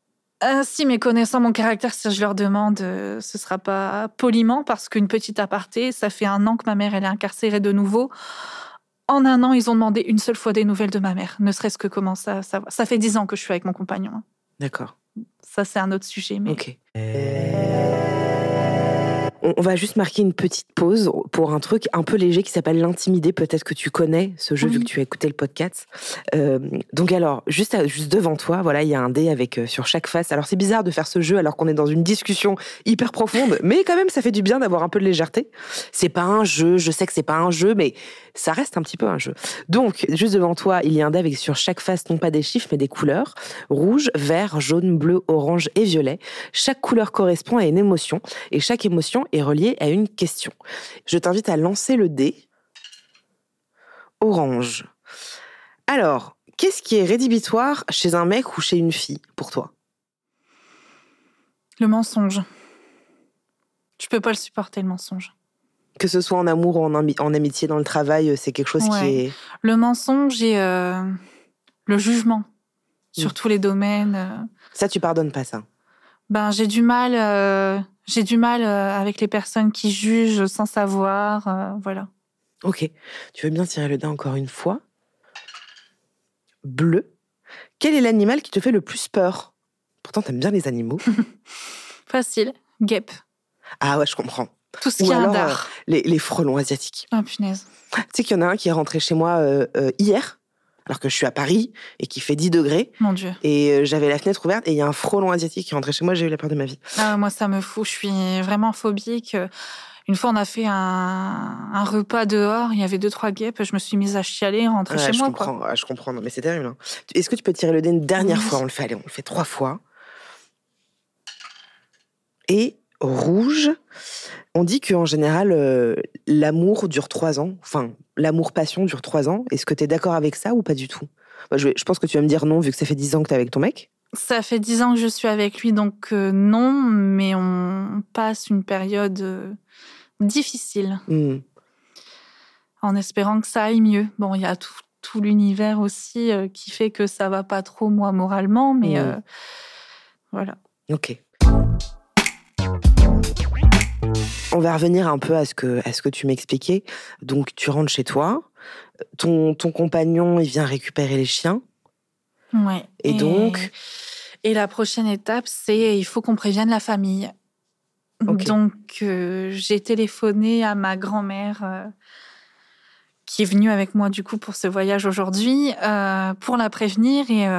Si, mais connaissant mon caractère, si je leur demande, ce sera pas poliment, parce qu'une petite aparté, ça fait 1 an que ma mère elle est incarcérée de nouveau. En 1 an, ils ont demandé une seule fois des nouvelles de ma mère, ne serait-ce que comment ça va. Ça fait 10 ans que je suis avec mon compagnon. Hein. D'accord. Ça, c'est un autre sujet. Mais... Ok. On va juste marquer une petite pause pour un truc un peu léger qui s'appelle l'intimidé. Peut-être que tu connais ce jeu vu que tu as écouté le podcast. Donc alors, juste devant toi, voilà, il y a un dé avec sur chaque face. Alors c'est bizarre de faire ce jeu alors qu'on est dans une discussion hyper profonde, mais quand même ça fait du bien d'avoir un peu de légèreté. C'est pas un jeu, je sais que c'est pas un jeu, mais ça reste un petit peu un jeu. Donc juste devant toi, il y a un dé avec sur chaque face non pas des chiffres mais des couleurs: rouge, vert, jaune, bleu, orange et violet. Chaque couleur correspond à une émotion et chaque émotion est reliée à une question. Je t'invite à lancer le dé. Orange. Alors, qu'est-ce qui est rédhibitoire chez un mec ou chez une fille pour toi? Le mensonge. Je peux pas le supporter, le mensonge. Que ce soit en amour ou en amitié, dans le travail, c'est quelque chose qui est... Le mensonge et le jugement sur tous les domaines. Ça, tu pardonnes pas ça? J'ai du mal avec les personnes qui jugent sans savoir, voilà. Ok. Tu veux bien tirer le dé encore une fois? Bleu. Quel est l'animal qui te fait le plus peur? Pourtant, t'aimes bien les animaux. Facile. Guêpe. Ah ouais, je comprends. Tout ce qui est un dard. Les frelons asiatiques. Ah, punaise. Tu sais qu'il y en a un qui est rentré chez moi hier, alors que je suis à Paris, et qui fait 10 degrés. Mon Dieu. Et j'avais la fenêtre ouverte, et il y a un frelon asiatique qui est rentré chez moi, j'ai eu la peur de ma vie. Ah, moi, ça me fout. Je suis vraiment phobique. Une fois, on a fait un repas dehors, il y avait 2-3 guêpes, je me suis mise à chialer, rentrer chez moi. Je comprends. Non, mais c'est terrible. Hein. Est-ce que tu peux tirer le dé une dernière fois? On le fait 3 fois. Et rouge. On dit qu'en général, l'amour dure 3 ans. Enfin, l'amour-passion dure 3 ans. Est-ce que tu es d'accord avec ça ou pas du tout? Je pense que tu vas me dire non, vu que ça fait 10 ans que tu es avec ton mec. Ça fait 10 ans que je suis avec lui, donc non, mais on passe une période difficile. En espérant que ça aille mieux. Bon, il y a tout l'univers aussi qui fait que ça va pas trop, moi, moralement, mais voilà. Ok. On va revenir un peu à ce que tu m'expliquais. Donc, tu rentres chez toi, ton compagnon, il vient récupérer les chiens. Ouais. Et donc... Et la prochaine étape, c'est il faut qu'on prévienne la famille. Okay. Donc, j'ai téléphoné à ma grand-mère qui est venue avec moi, du coup, pour ce voyage aujourd'hui, pour la prévenir. Et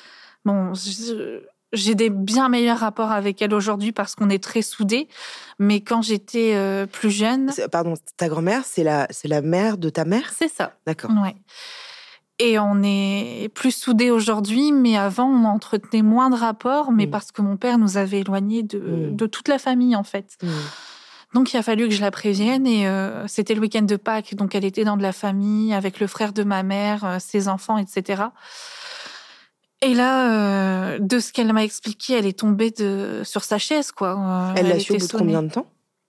j'ai des bien meilleurs rapports avec elle aujourd'hui parce qu'on est très soudés. Mais quand j'étais plus jeune... Pardon, ta grand-mère, c'est la mère de ta mère? C'est ça. D'accord. Ouais. Et on est plus soudés aujourd'hui, mais avant, on entretenait moins de rapports, mais parce que mon père nous avait éloignés de toute la famille, en fait. Donc, il a fallu que je la prévienne, et c'était le week-end de Pâques, donc elle était dans de la famille, avec le frère de ma mère, ses enfants, etc. Et là, de ce qu'elle m'a expliqué, elle est tombée sur sa chaise, quoi. Elle l'a su au bout de combien de temps?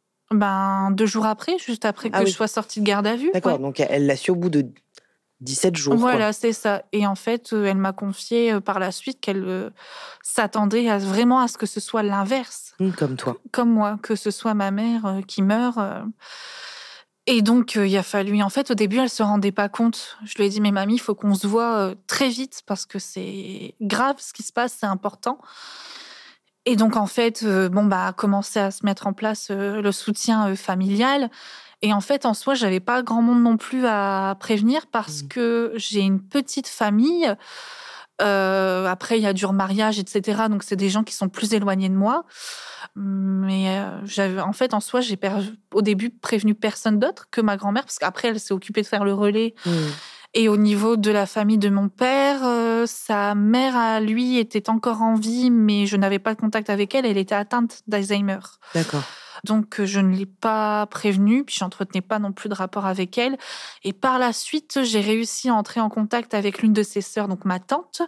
2 jours après, juste après que je sois sortie de garde à vue. D'accord, donc elle l'a su au bout de 17 jours. Voilà, c'est ça. Et en fait, elle m'a confié par la suite qu'elle s'attendait vraiment à ce que ce soit l'inverse. Comme toi. Comme moi, que ce soit ma mère qui meurt. Et donc, il a fallu... En fait, au début, elle ne se rendait pas compte. Je lui ai dit, mais mamie, il faut qu'on se voit très vite parce que c'est grave ce qui se passe, c'est important. Et donc, en fait, a commencé à se mettre en place le soutien familial. Et en fait, en soi, j'avais pas grand monde non plus à prévenir parce que j'ai une petite famille. Après, il y a du remariage, etc. Donc, c'est des gens qui sont plus éloignés de moi. Mais en fait, en soi, j'ai au début prévenu personne d'autre que ma grand-mère parce qu'après, elle s'est occupée de faire le relais. Et au niveau de la famille de mon père, sa mère, à lui, était encore en vie, mais je n'avais pas de contact avec elle. Elle était atteinte d'Alzheimer. D'accord. Donc, je ne l'ai pas prévenue, puis j'entretenais pas non plus de rapport avec elle. Et par la suite, j'ai réussi à entrer en contact avec l'une de ses sœurs, donc ma tante,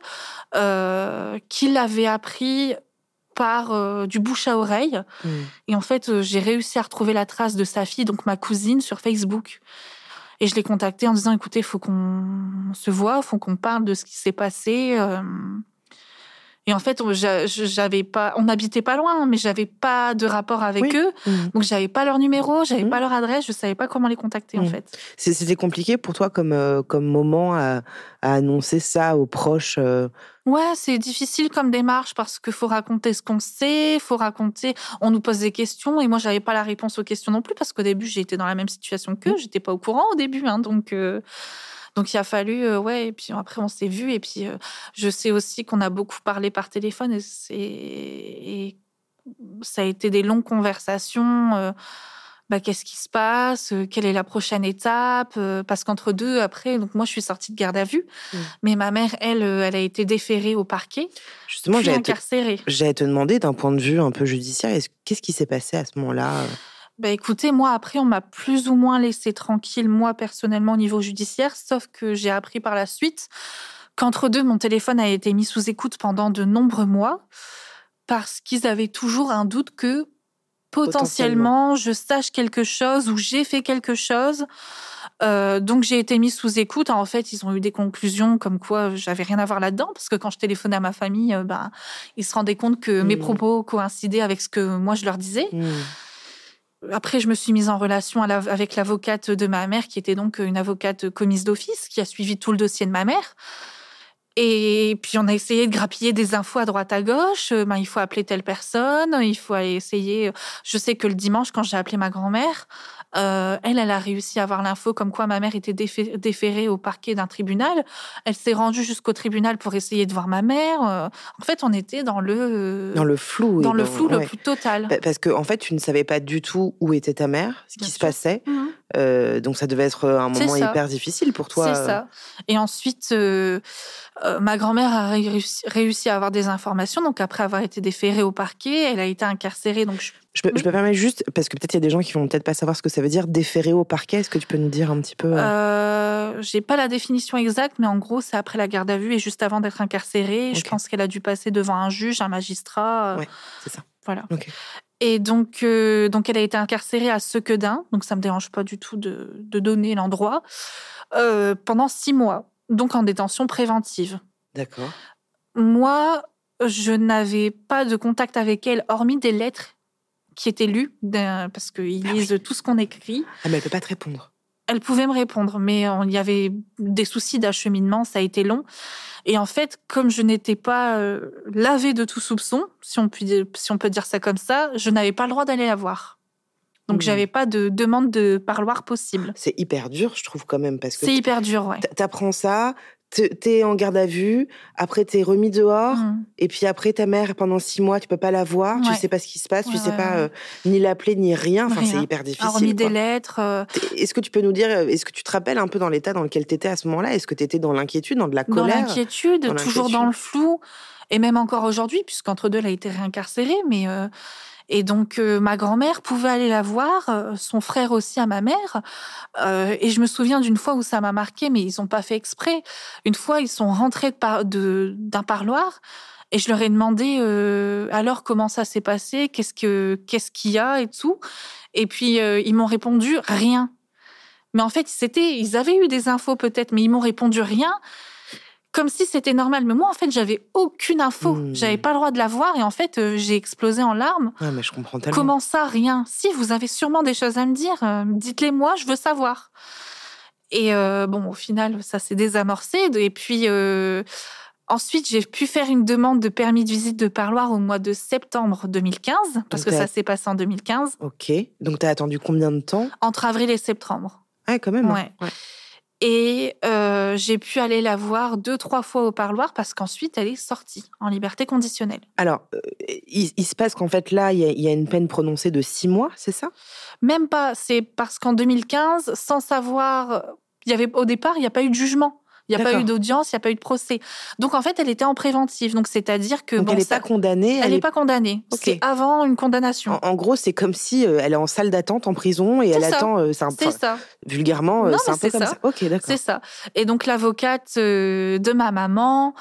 qui l'avait appris par du bouche à oreille. Et en fait, j'ai réussi à retrouver la trace de sa fille, donc ma cousine, sur Facebook. Et je l'ai contactée en disant, écoutez, il faut qu'on se voit, il faut qu'on parle de ce qui s'est passé. Et en fait, j'avais pas, on n'habitait pas loin, mais j'avais pas de rapport avec eux. Donc, j'avais pas leur numéro, j'avais pas leur adresse, je savais pas comment les contacter, en fait. C'était compliqué pour toi comme moment à annoncer ça aux proches Ouais, c'est difficile comme démarche parce qu'il faut raconter ce qu'on sait, on nous pose des questions et moi, j'avais pas la réponse aux questions non plus parce qu'au début, j'ai été dans la même situation qu'eux, j'étais pas au courant au début, hein, donc il a fallu, et puis après on s'est vus et puis je sais aussi qu'on a beaucoup parlé par téléphone et ça a été des longues conversations. Qu'est-ce qui se passe, quelle est la prochaine étape, parce qu'entre deux, après, donc moi je suis sortie de garde à vue, mais ma mère, elle a été déférée au parquet, justement, puis incarcérée. J'allais te demander d'un point de vue un peu judiciaire, qu'est-ce qui s'est passé à ce moment-là Écoutez, moi après, on m'a plus ou moins laissé tranquille, moi personnellement au niveau judiciaire, sauf que j'ai appris par la suite qu'entre deux, mon téléphone a été mis sous écoute pendant de nombreux mois, parce qu'ils avaient toujours un doute que potentiellement, je sache quelque chose ou j'ai fait quelque chose. Donc, j'ai été mise sous écoute. En fait, ils ont eu des conclusions comme quoi j'avais rien à voir là-dedans. Parce que quand je téléphonais à ma famille, ils se rendaient compte que mes propos coïncidaient avec ce que moi, je leur disais. Après, je me suis mise en relation avec l'avocate de ma mère, qui était donc une avocate commise d'office, qui a suivi tout le dossier de ma mère. Et puis, on a essayé de grappiller des infos à droite à gauche. Il faut appeler telle personne, il faut essayer... Je sais que le dimanche, quand j'ai appelé ma grand-mère, elle a réussi à avoir l'info comme quoi ma mère était déférée au parquet d'un tribunal. Elle s'est rendue jusqu'au tribunal pour essayer de voir ma mère. En fait, on était dans le flou. Dans le flou le plus total. Parce que, en fait, tu ne savais pas du tout où était ta mère, ce qui se passait. Donc, ça devait être un moment hyper difficile pour toi. C'est ça. Et ensuite... ma grand-mère a réussi à avoir des informations. Donc, après avoir été déférée au parquet, elle a été incarcérée. Donc je me permets juste, parce que peut-être il y a des gens qui vont peut-être pas savoir ce que ça veut dire, déférer au parquet. Est-ce que tu peux nous dire un petit peu J'ai pas la définition exacte, mais en gros, c'est après la garde à vue et juste avant d'être incarcérée. Okay. Je pense qu'elle a dû passer devant un juge, un magistrat. Ouais, c'est ça. Voilà. Okay. Et donc, elle a été incarcérée à Sequedin. Donc, ça me dérange pas du tout de donner l'endroit. Pendant 6 mois. Donc, en détention préventive. D'accord. Moi, je n'avais pas de contact avec elle, hormis des lettres qui étaient lues, parce qu'ils lisent tout ce qu'on écrit. Ah, mais elle ne peut pas te répondre. Elle pouvait me répondre, mais il y avait des soucis d'acheminement, ça a été long. Et en fait, comme je n'étais pas lavée de tout soupçon, si on peut dire ça comme ça, je n'avais pas le droit d'aller la voir. Donc, j'avais pas de demande de parloir possible. C'est hyper dur, je trouve, quand même. Parce que c'est hyper dur, ouais. T'apprends ça, t'es en garde à vue, après t'es remis dehors, et puis après ta mère, pendant 6 mois, tu peux pas la voir, tu sais pas ce qui se passe, tu sais pas ni l'appeler, ni rien. Enfin, c'est hyper difficile. Hormis des lettres. Est-ce que tu peux nous dire, est-ce que tu te rappelles un peu dans l'état dans lequel t'étais à ce moment-là ? Est-ce que t'étais dans l'inquiétude, dans de la colère ? Dans l'inquiétude, toujours dans le flou. Et même encore aujourd'hui, puisqu'entre deux, elle a été réincarcérée, mais... Et donc, ma grand-mère pouvait aller la voir, son frère aussi à ma mère. Et je me souviens d'une fois où ça m'a marquée, mais ils n'ont pas fait exprès. Une fois, ils sont rentrés d'un parloir et je leur ai demandé alors comment ça s'est passé, qu'est-ce qu'il y a et tout. Et puis, ils m'ont répondu rien. Mais en fait, ils avaient eu des infos peut-être, mais ils m'ont répondu rien. Comme si c'était normal. Mais moi, en fait, j'avais aucune info. J'avais pas le droit de la voir. Et en fait, j'ai explosé en larmes. Ouais, mais je comprends tellement. Comment ça, rien ? Si, vous avez sûrement des choses à me dire. Dites-les moi, je veux savoir. Et au final, ça s'est désamorcé. Et puis, ensuite, j'ai pu faire une demande de permis de visite de parloir au mois de septembre 2015. Parce que ça s'est passé en 2015. Ok. Donc, t'as attendu combien de temps ? Entre avril et septembre. Ah, quand même. Ouais. Et j'ai pu aller la voir 2-3 fois au parloir parce qu'ensuite, elle est sortie en liberté conditionnelle. Alors, il se passe qu'en fait, là, il y a une peine prononcée de 6 mois, c'est ça ? Même pas. C'est parce qu'en 2015, sans savoir... Au départ, il n'y a pas eu de jugement. Il n'y a pas eu d'audience, il n'y a pas eu de procès. Donc, en fait, elle était en préventive. Donc, c'est-à-dire que... Donc, elle n'est pas condamnée. Elle n'est pas condamnée. Okay. C'est avant une condamnation. En gros, c'est comme si elle est en salle d'attente en prison et elle attend... C'est ça. Vulgairement, non, c'est un peu comme ça. Ok, d'accord. C'est ça. Et donc, l'avocate de ma maman...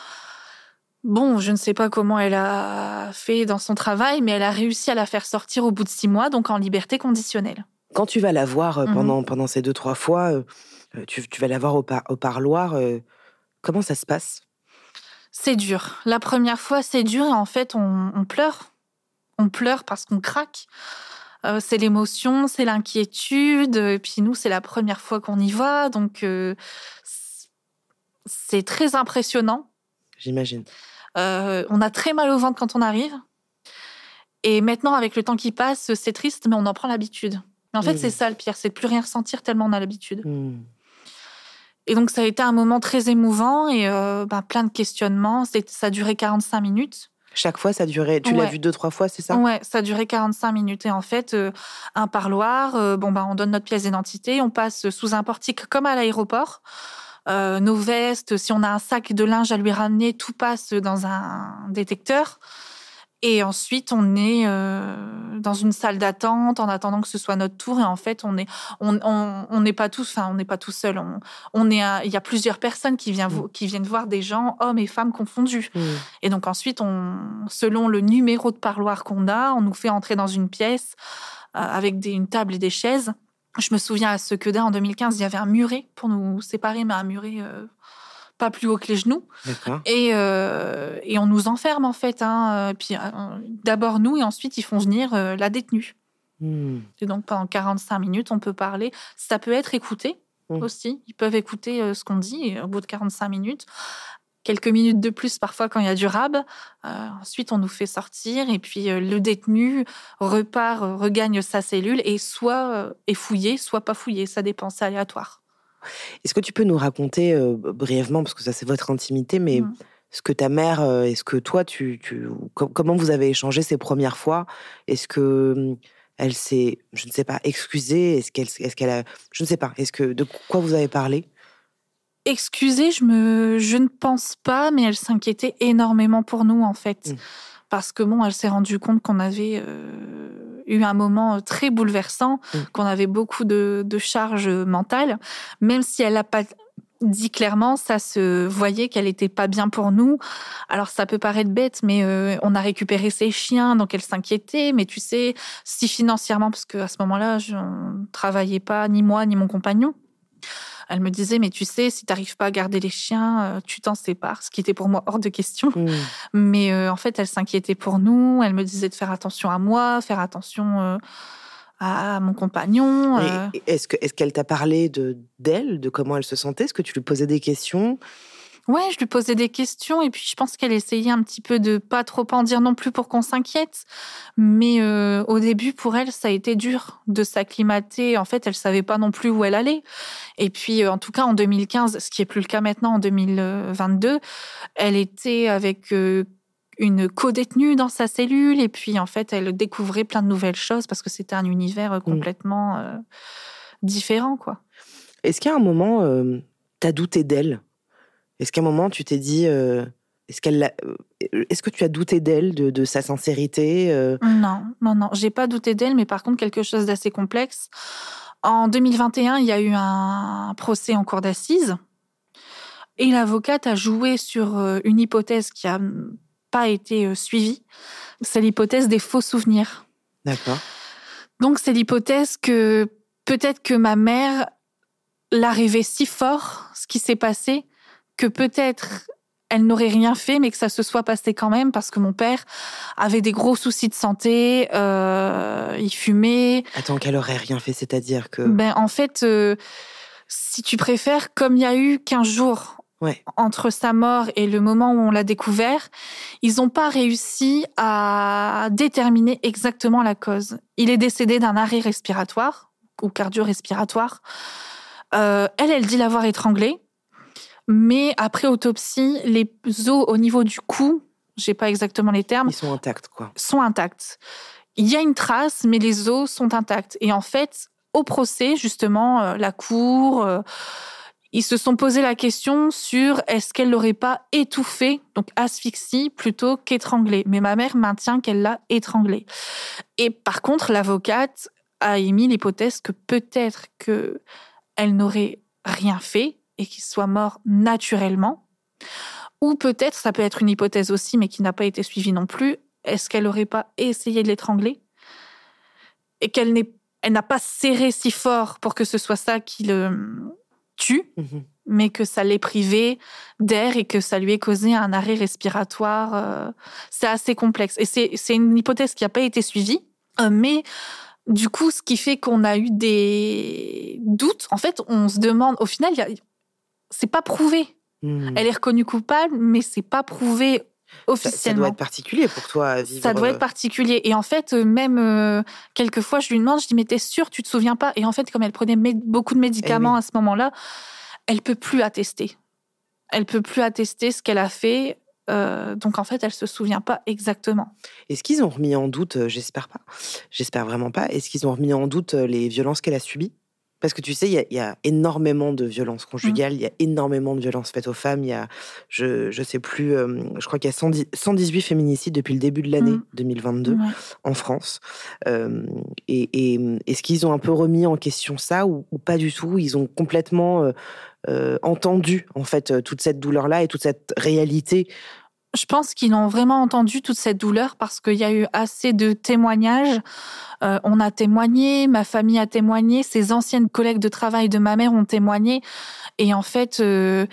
Bon, je ne sais pas comment elle a fait dans son travail, mais elle a réussi à la faire sortir au bout de 6 mois, donc en liberté conditionnelle. Quand tu vas la voir pendant ces 2-3 fois... Tu vas la voir au parloir. Comment ça se passe ? C'est dur. La première fois, c'est dur et en fait, on pleure. On pleure parce qu'on craque. C'est l'émotion, c'est l'inquiétude. Et puis nous, c'est la première fois qu'on y va. Donc, c'est très impressionnant. J'imagine. On a très mal au ventre quand on arrive. Et maintenant, avec le temps qui passe, c'est triste, mais on en prend l'habitude. Mais en fait, c'est ça le pire, c'est de plus rien ressentir tellement on a l'habitude. Et donc, ça a été un moment très émouvant et plein de questionnements. Ça a duré 45 minutes. Chaque fois, ça durait... Tu l'as vu 2-3 fois, c'est ça? Ouais, ça a duré 45 minutes. Et en fait, un parloir, on donne notre pièce d'identité, on passe sous un portique comme à l'aéroport. Nos vestes, si on a un sac de linge à lui ramener, tout passe dans un détecteur. Et ensuite, on est dans une salle d'attente en attendant que ce soit notre tour. Et en fait, on n'est pas tous, on n'est pas tout seul. Il y a plusieurs personnes qui viennent voir des gens, hommes et femmes confondus. Et donc ensuite, selon le numéro de parloir qu'on a, on nous fait entrer dans une pièce avec une table et des chaises. Je me souviens à Sequedin, en 2015, il y avait un muret pour nous séparer, mais un muret pas plus haut que les genoux. D'accord. Et on nous enferme, en fait. Puis d'abord nous, et ensuite, ils font venir la détenue. Et donc, pendant 45 minutes, on peut parler. Ça peut être écouté aussi. Ils peuvent écouter ce qu'on dit, et au bout de 45 minutes. Quelques minutes de plus, parfois, quand il y a du rab. Ensuite, on nous fait sortir. Et puis, le détenu regagne sa cellule et soit est fouillé, soit pas fouillé. Ça dépend, c'est aléatoire. Est-ce que tu peux nous raconter brièvement, parce que ça, c'est votre intimité, mais ce que ta mère, est-ce que toi, comment vous avez échangé ces premières fois? Est-ce que elle s'est, je ne sais pas, excusée? Est-ce qu'elle a, je ne sais pas, de quoi vous avez parlé? Excusez, je ne pense pas, mais elle s'inquiétait énormément pour nous, en fait. Parce que elle s'est rendue compte qu'on avait eu un moment très bouleversant, qu'on avait beaucoup de charges mentales. Même si elle n'a pas dit clairement, ça se voyait qu'elle n'était pas bien pour nous. Alors, ça peut paraître bête, mais on a récupéré ses chiens, donc elle s'inquiétait. Mais tu sais, si financièrement, parce qu'à ce moment-là, je ne travaillais pas, ni moi, ni mon compagnon. Elle me disait, mais tu sais, si tu n'arrives pas à garder les chiens, tu t'en sépares, ce qui était pour moi hors de question. Mais en fait, elle s'inquiétait pour nous. Elle me disait de faire attention à moi, faire attention à mon compagnon. Est-ce qu'elle t'a parlé d'elle, de comment elle se sentait? Est-ce que tu lui posais des questions? Ouais, je lui posais des questions et puis je pense qu'elle essayait un petit peu de pas trop en dire non plus pour qu'on s'inquiète. Mais au début, pour elle, ça a été dur de s'acclimater. En fait, elle savait pas non plus où elle allait. Et puis, en tout cas, en 2015, ce qui est plus le cas maintenant, en 2022, elle était avec une co-détenue dans sa cellule. Et puis, en fait, elle découvrait plein de nouvelles choses parce que c'était un univers complètement différent, quoi. Est-ce qu'à un moment, t'as douté d'elle? Est-ce qu'à un moment, tu t'es dit... est-ce que tu as douté d'elle, de sa sincérité? Non. J'ai pas douté d'elle, mais par contre, quelque chose d'assez complexe. En 2021, il y a eu un procès en cour d'assises. Et l'avocate a joué sur une hypothèse qui n'a pas été suivie. C'est l'hypothèse des faux souvenirs. D'accord. Donc, c'est l'hypothèse que peut-être que ma mère l'a rêvé si fort, ce qui s'est passé, que peut-être elle n'aurait rien fait, mais que ça se soit passé quand même, parce que mon père avait des gros soucis de santé, il fumait. Attends, qu'elle aurait rien fait, c'est-à-dire que... En fait, si tu préfères, comme il y a eu 15 jours entre sa mort et le moment où on l'a découvert, ils n'ont pas réussi à déterminer exactement la cause. Il est décédé d'un arrêt respiratoire, ou cardio-respiratoire. Elle dit l'avoir étranglé. Mais après autopsie, les os au niveau du cou, j'ai pas exactement les termes. Ils sont intacts, quoi. Sont intacts. Il y a une trace, mais les os sont intacts. Et en fait, au procès, justement, la cour, ils se sont posé la question sur est-ce qu'elle l'aurait pas étouffé, donc asphyxie, plutôt qu'étranglé. Mais ma mère maintient qu'elle l'a étranglé. Et par contre, l'avocate a émis l'hypothèse que peut-être qu'elle n'aurait rien fait, et qu'il soit mort naturellement. Ou peut-être, ça peut être une hypothèse aussi, mais qui n'a pas été suivie non plus, est-ce qu'elle n'aurait pas essayé de l'étrangler? Et qu'elle n'a pas serré si fort pour que ce soit ça qui le tue, mais que ça l'ait privé d'air et que ça lui ait causé un arrêt respiratoire. C'est assez complexe. Et c'est une hypothèse qui n'a pas été suivie, mais du coup, ce qui fait qu'on a eu des doutes. En fait, on se demande, au final, c'est pas prouvé. Elle est reconnue coupable, mais c'est pas prouvé officiellement. Ça doit être particulier pour toi à vivre. Ça doit être particulier. Et en fait, même quelquefois, je lui demande, je dis, mais t'es sûre, tu te souviens pas? Et en fait, comme elle prenait beaucoup de médicaments à ce moment-là, elle peut plus attester. Elle peut plus attester ce qu'elle a fait. Donc, en fait, elle se souvient pas exactement. Est-ce qu'ils ont remis en doute, j'espère pas, j'espère vraiment pas, est-ce qu'ils ont remis en doute les violences qu'elle a subies? Parce que tu sais, il y a énormément de violences conjugales, il y a énormément de violences faites aux femmes. Il y a, je sais plus, je crois qu'il y a 118 féminicides depuis le début de l'année 2022 en France. Et est-ce qu'ils ont un peu remis en question ça ou pas du tout? Ils ont complètement entendu en fait toute cette douleur-là et toute cette réalité. Je pense qu'ils ont vraiment entendu toute cette douleur parce qu'il y a eu assez de témoignages. On a témoigné, ma famille a témoigné, ses anciennes collègues de travail de ma mère ont témoigné. Et en fait, je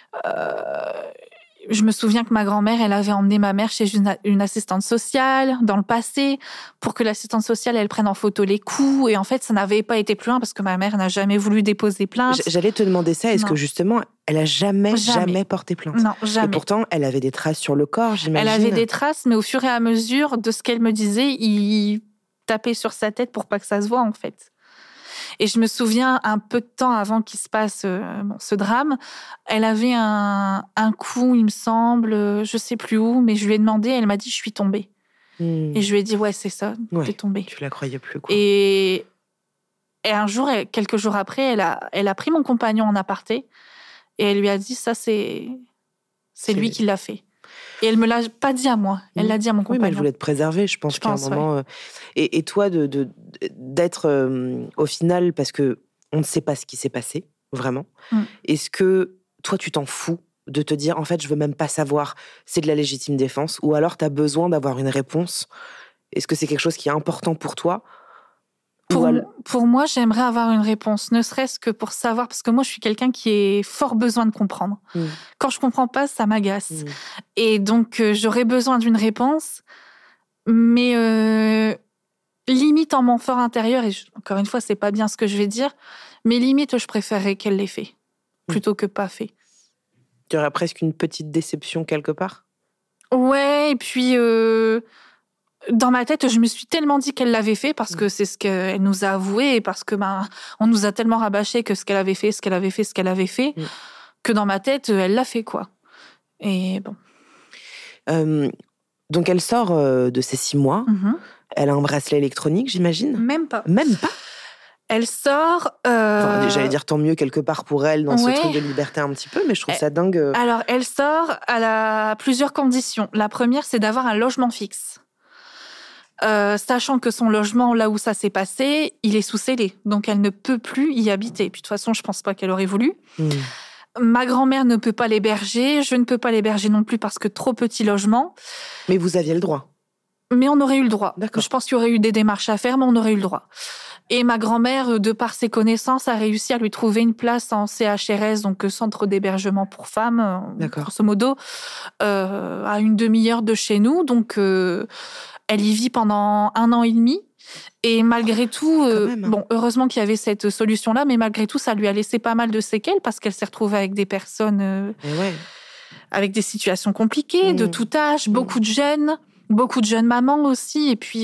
me souviens que ma grand-mère, elle avait emmené ma mère chez une assistante sociale dans le passé pour que l'assistante sociale, elle prenne en photo les coups. Et en fait, ça n'avait pas été plus loin parce que ma mère n'a jamais voulu déposer plainte. J'allais te demander ça. Est-ce que justement, elle a jamais porté plainte? Non, jamais. Et pourtant, elle avait des traces sur le corps, j'imagine. Elle avait des traces, mais au fur et à mesure de ce qu'elle me disait, il tapait sur sa tête pour pas que ça se voie, en fait. Et je me souviens, un peu de temps avant qu'il se passe ce drame, elle avait un coup, il me semble, je sais plus où, mais je lui ai demandé, elle m'a dit, je suis tombée. Et je lui ai dit, ouais, c'est ça, t'es tombée. Tu la croyais plus, quoi. Et un jour, quelques jours après, elle a pris mon compagnon en aparté et elle lui a dit, ça, c'est lui qui l'a fait. Et elle me l'a pas dit à moi, elle l'a dit à mon compagnon. Oui, mais elle voulait te préserver, je pense qu'à un moment... Ouais. Et toi, d'être au final, parce que on ne sait pas ce qui s'est passé, vraiment, est-ce que toi, tu t'en fous de te dire, en fait, je veux même pas savoir, c'est de la légitime défense, ou alors tu as besoin d'avoir une réponse? Est-ce que c'est quelque chose qui est important pour toi? Pour moi, j'aimerais avoir une réponse, ne serait-ce que pour savoir, parce que moi, je suis quelqu'un qui a fort besoin de comprendre. Quand je comprends pas, ça m'agace. Et donc, j'aurais besoin d'une réponse, mais limite en mon fort intérieur, et encore une fois, c'est pas bien ce que je vais dire, mais limite, je préférerais qu'elle l'ait fait, plutôt que pas fait. Tu aurais presque une petite déception quelque part? Ouais, et puis... dans ma tête, je me suis tellement dit qu'elle l'avait fait parce que c'est ce qu'elle nous a avoué et parce que on nous a tellement rabâché que ce qu'elle avait fait, que dans ma tête, elle l'a fait, quoi. Et bon. Donc elle sort de ses 6 mois. Elle a un bracelet électronique, j'imagine? Même pas. Même pas? Elle sort... Enfin, j'allais dire tant mieux quelque part pour elle dans ce truc de liberté un petit peu, mais je trouve ça dingue. Alors, elle sort à plusieurs conditions. La première, c'est d'avoir un logement fixe. Sachant que son logement, là où ça s'est passé, il est sous scellé. Donc, elle ne peut plus y habiter. Puis, de toute façon, je ne pense pas qu'elle aurait voulu. Ma grand-mère ne peut pas l'héberger. Je ne peux pas l'héberger non plus parce que trop petit logement. Mais vous aviez le droit? Mais on aurait eu le droit. D'accord. Je pense qu'il y aurait eu des démarches à faire, mais on aurait eu le droit. Et ma grand-mère, de par ses connaissances, a réussi à lui trouver une place en CHRS, donc centre d'hébergement pour femmes, grosso modo, à une demi-heure de chez nous. Donc, elle y vit pendant 1 an et demi. Et malgré tout, bon, heureusement qu'il y avait cette solution-là, mais malgré tout, ça lui a laissé pas mal de séquelles parce qu'elle s'est retrouvée avec des personnes avec des situations compliquées, de tout âge, beaucoup de jeunes mamans aussi. Et puis,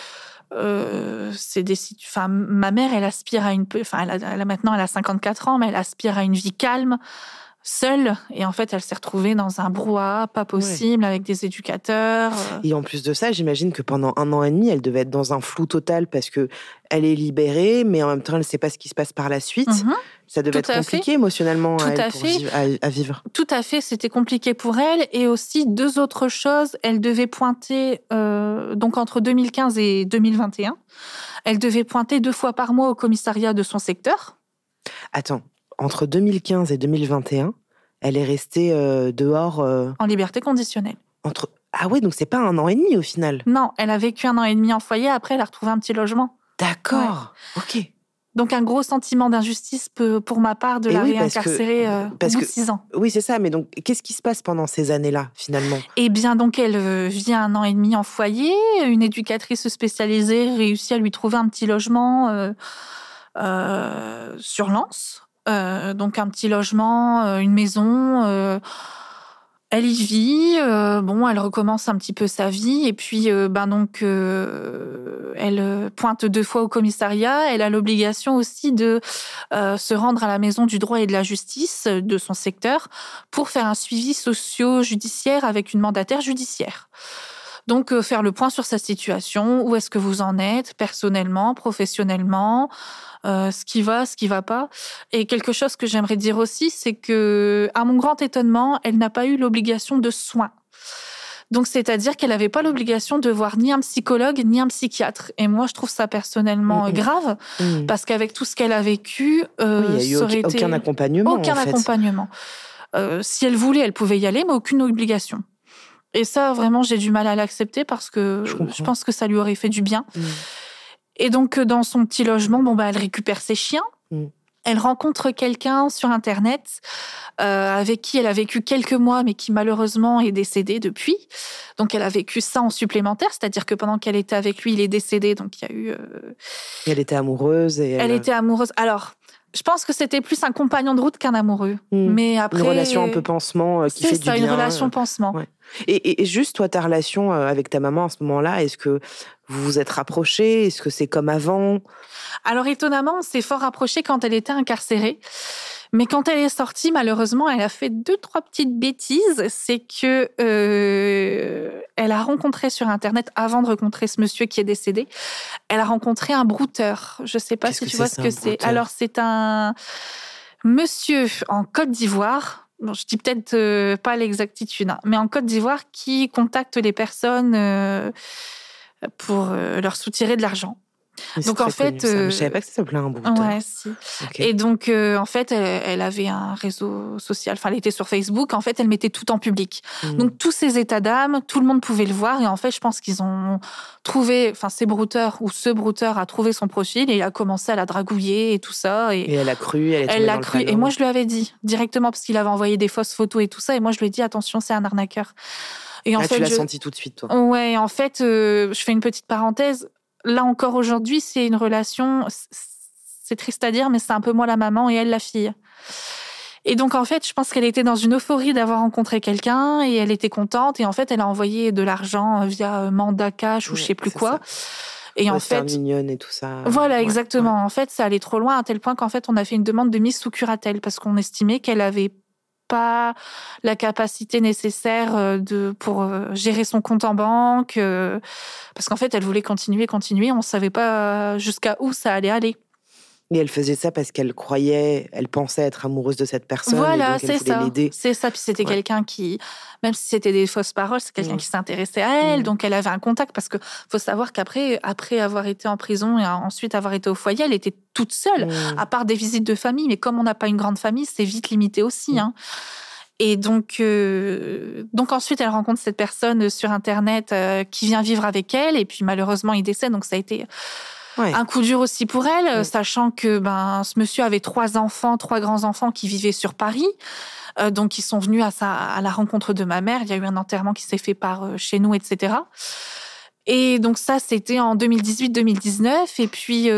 ma mère, elle aspire à maintenant, elle a 54 ans, mais elle aspire à une vie calme, seule. Et en fait, elle s'est retrouvée dans un brouhaha pas possible avec des éducateurs. Et en plus de ça, j'imagine que pendant 1 an et demi, elle devait être dans un flou total parce que elle est libérée, mais en même temps, elle ne sait pas ce qui se passe par la suite. Ça devait être compliqué émotionnellement à vivre. Tout à fait, c'était compliqué pour elle. Et aussi, 2 autres choses. Elle devait pointer, donc entre 2015 et 2021, elle devait pointer 2 fois par mois au commissariat de son secteur. Attends, entre 2015 et 2021, elle est restée dehors... En liberté conditionnelle. Ah ouais, donc c'est pas 1 an et demi au final? Non, elle a vécu 1 an et demi en foyer. Après, elle a retrouvé un petit logement. D'accord, ok. Donc, un gros sentiment d'injustice pour ma part de la réincarcérer au bout de 6 ans. Oui, c'est ça. Mais donc, qu'est-ce qui se passe pendant ces années-là, finalement ? Eh bien, donc, elle vit 1 an et demi en foyer. Une éducatrice spécialisée réussit à lui trouver un petit logement sur Lens. Donc, un petit logement, une maison... Elle y vit, elle recommence un petit peu sa vie et puis elle pointe 2 fois au commissariat. Elle a l'obligation aussi de se rendre à la maison du droit et de la justice de son secteur pour faire un suivi socio-judiciaire avec une mandataire judiciaire. Donc, faire le point sur sa situation, où est-ce que vous en êtes, personnellement, professionnellement, ce qui va pas. Et quelque chose que j'aimerais dire aussi, c'est que, à mon grand étonnement, elle n'a pas eu l'obligation de soins. Donc, c'est-à-dire qu'elle n'avait pas l'obligation de voir ni un psychologue, ni un psychiatre. Et moi, je trouve ça personnellement grave, parce qu'avec tout ce qu'elle a vécu, il n'y a eu aucun accompagnement. Aucun accompagnement. Si elle voulait, elle pouvait y aller, mais aucune obligation. Et ça, vraiment, j'ai du mal à l'accepter parce que je pense que ça lui aurait fait du bien. Et donc, dans son petit logement, elle récupère ses chiens. Elle rencontre quelqu'un sur Internet avec qui elle a vécu quelques mois, mais qui malheureusement est décédé depuis. Donc, elle a vécu ça en supplémentaire, c'est-à-dire que pendant qu'elle était avec lui, il est décédé. Donc, il y a eu... Et elle était amoureuse. Elle était amoureuse. Alors... Je pense que c'était plus un compagnon de route qu'un amoureux. Mais après, une relation un peu pansement qui fait du bien. C'est ça, une relation pansement. Ouais. Et juste, toi, ta relation avec ta maman à ce moment-là, est-ce que vous vous êtes rapprochés ? Est-ce que c'est comme avant ? Alors, étonnamment, on s'est fort rapprochés quand elle était incarcérée. Mais quand elle est sortie, malheureusement, elle a fait 2-3 petites bêtises. C'est que elle a rencontré sur Internet, avant de rencontrer ce monsieur qui est décédé, elle a rencontré un brouteur. Je ne sais pas si tu vois ce que c'est. Alors, c'est un monsieur en Côte d'Ivoire. Bon, je dis peut-être pas l'exactitude, mais en Côte d'Ivoire, qui contacte les personnes pour leur soutirer de l'argent. Donc en fait, je savais pas que ça s'appelait un brouteur. Ouais, si. Okay. Et donc en fait, elle avait un réseau social. Enfin, elle était sur Facebook. En fait, elle mettait tout en public. Donc tous ses états d'âme, tout le monde pouvait le voir. Et en fait, je pense qu'ils ont trouvé, enfin, ces brouteurs ou ce brouteur a trouvé son profil et il a commencé à la dragouiller et tout ça. Et elle a cru. Elle l'a cru. Et moi, je lui avais dit directement parce qu'il avait envoyé des fausses photos et tout ça. Et moi, je lui ai dit attention, c'est un arnaqueur. Et en fait, tu l'as senti tout de suite, toi. Ouais. En fait, je fais une petite parenthèse. Là encore aujourd'hui, c'est une relation, c'est triste à dire, mais c'est un peu moi la maman et elle la fille. Et donc en fait, je pense qu'elle était dans une euphorie d'avoir rencontré quelqu'un et elle était contente. Et en fait, elle a envoyé de l'argent via Manda Cash ou je sais plus quoi. Ça. Et en fait, mignonne et tout ça. Voilà, exactement. Ouais. En fait, ça allait trop loin à tel point qu'en fait, on a fait une demande de mise sous curatelle parce qu'on estimait qu'elle avait pas la capacité nécessaire pour gérer son compte en banque parce qu'en fait elle voulait continuer, on savait pas jusqu'à où ça allait aller. Et elle faisait ça parce qu'elle pensait être amoureuse de cette personne. Voilà, et donc elle voulait l'aider. C'est ça. Puis c'était quelqu'un qui, même si c'était des fausses paroles, c'est quelqu'un qui s'intéressait à elle. Donc elle avait un contact parce que faut savoir qu'après avoir été en prison et ensuite avoir été au foyer, elle était toute seule, à part des visites de famille. Mais comme on n'a pas une grande famille, c'est vite limité aussi. Et donc ensuite, elle rencontre cette personne sur Internet qui vient vivre avec elle. Et puis malheureusement, il décède. Donc ça a été un coup dur aussi pour elle, sachant que ce monsieur avait 3 grands-enfants qui vivaient sur Paris. Donc ils sont venus à la rencontre de ma mère. Il y a eu un enterrement qui s'est fait par chez nous, etc. Et donc ça, c'était en 2018-2019. Et puis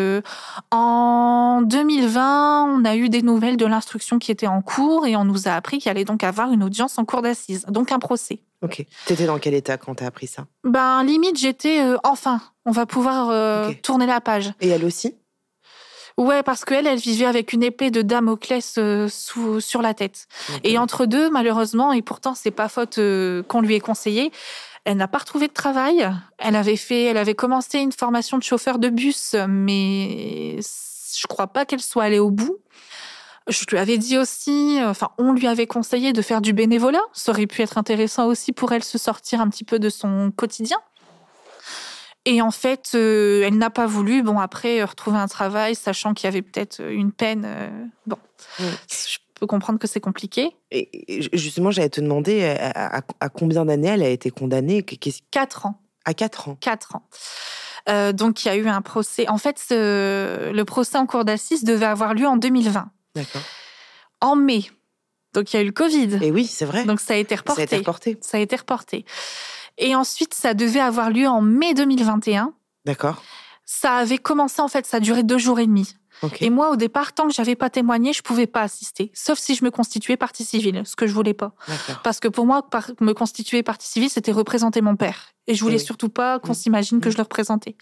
en 2020, on a eu des nouvelles de l'instruction qui était en cours et on nous a appris qu'il allait donc avoir une audience en cour d'assises, donc un procès. Ok. T'étais dans quel état quand t'as appris ça ? Limite, j'étais enfin, on va pouvoir tourner la page. Et elle aussi ? Ouais, parce qu'elle vivait avec une épée de Damoclès sur la tête. Okay. Et entre deux, malheureusement, et pourtant c'est pas faute qu'on lui ait conseillé, elle n'a pas retrouvé de travail. Elle avait commencé une formation de chauffeur de bus, mais je crois pas qu'elle soit allée au bout. Je lui avais dit aussi, on lui avait conseillé de faire du bénévolat. Ça aurait pu être intéressant aussi pour elle se sortir un petit peu de son quotidien. Et en fait, elle n'a pas voulu. Bon, après, retrouver un travail, sachant qu'il y avait peut-être une peine. Je peux comprendre que c'est compliqué. Et justement, j'allais te demander à combien d'années elle a été condamnée ? 4 ans. À 4 ans ? 4 ans. Donc, il y a eu un procès. En fait, le procès en cour d'assises devait avoir lieu en 2020. D'accord. En mai. Donc, il y a eu le Covid. Et oui, c'est vrai. Donc, ça a été reporté. Ça a été reporté. Et ensuite, ça devait avoir lieu en mai 2021. D'accord. Ça avait commencé, en fait, ça a duré 2 jours et demi. Okay. Et moi, au départ, tant que j'avais pas témoigné, je pouvais pas assister. Sauf si je me constituais partie civile, ce que je voulais pas. D'accord. Parce que pour moi, me constituer partie civile, c'était représenter mon père. Et je voulais surtout pas qu'on s'imagine que je le représentais.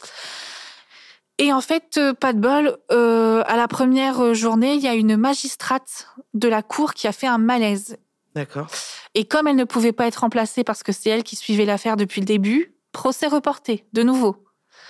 Et en fait, pas de bol, à la première journée, il y a une magistrate de la cour qui a fait un malaise. D'accord. Et comme elle ne pouvait pas être remplacée parce que c'est elle qui suivait l'affaire depuis le début, procès reporté, de nouveau.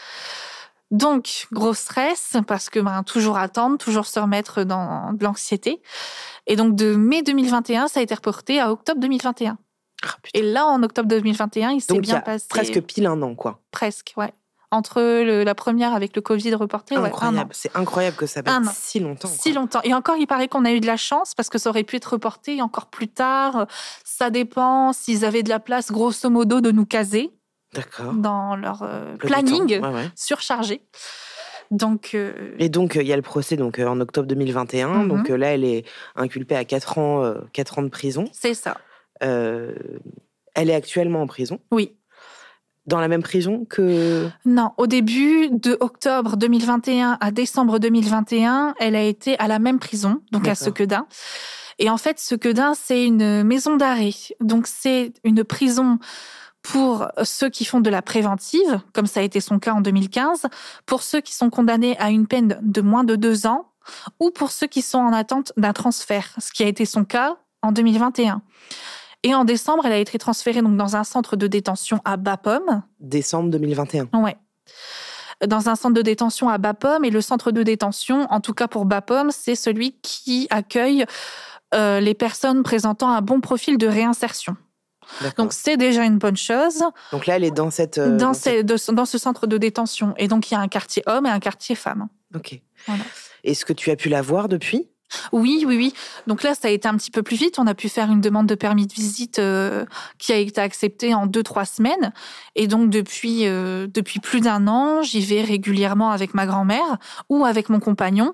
Donc, gros stress, parce que toujours attendre, toujours se remettre dans de l'anxiété. Et donc, de mai 2021, ça a été reporté à octobre 2021. Ah, et là, en octobre 2021, il s'est bien passé. Presque pile un an, quoi. Presque, ouais. Entre la première avec le Covid reporté, incroyable. Un an. C'est incroyable que ça mette si longtemps. Si longtemps. Et encore, il paraît qu'on a eu de la chance parce que ça aurait pu être reporté encore plus tard. Ça dépend s'ils avaient de la place, grosso modo, de nous caser. D'accord. Dans leur planning surchargé. Donc, Et donc, il y a le procès en octobre 2021. Donc là, elle est inculpée à 4 ans de prison. C'est ça. Elle est actuellement en prison. Oui. Dans la même prison que... Non, au début de octobre 2021 à décembre 2021, elle a été à la même prison, donc à Sequedin. Et en fait, Sequedin, c'est une maison d'arrêt. Donc, c'est une prison pour ceux qui font de la préventive, comme ça a été son cas en 2015, pour ceux qui sont condamnés à une peine de moins de 2 ans, ou pour ceux qui sont en attente d'un transfert, ce qui a été son cas en 2021. Et en décembre, elle a été transférée donc dans un centre de détention à Bapaume. Décembre 2021. Ouais. Dans un centre de détention à Bapaume. Et le centre de détention, en tout cas pour Bapaume, c'est celui qui accueille les personnes présentant un bon profil de réinsertion. D'accord. Donc, c'est déjà une bonne chose. Donc là, elle est dans cette... dans ce centre de détention. Et donc, il y a un quartier homme et un quartier femme. Ok. Voilà. Est-ce que tu as pu la voir depuis ? Oui. Donc là, ça a été un petit peu plus vite. On a pu faire une demande de permis de visite qui a été acceptée en 2-3 semaines. Et donc, depuis plus d'1 an, j'y vais régulièrement avec ma grand-mère ou avec mon compagnon,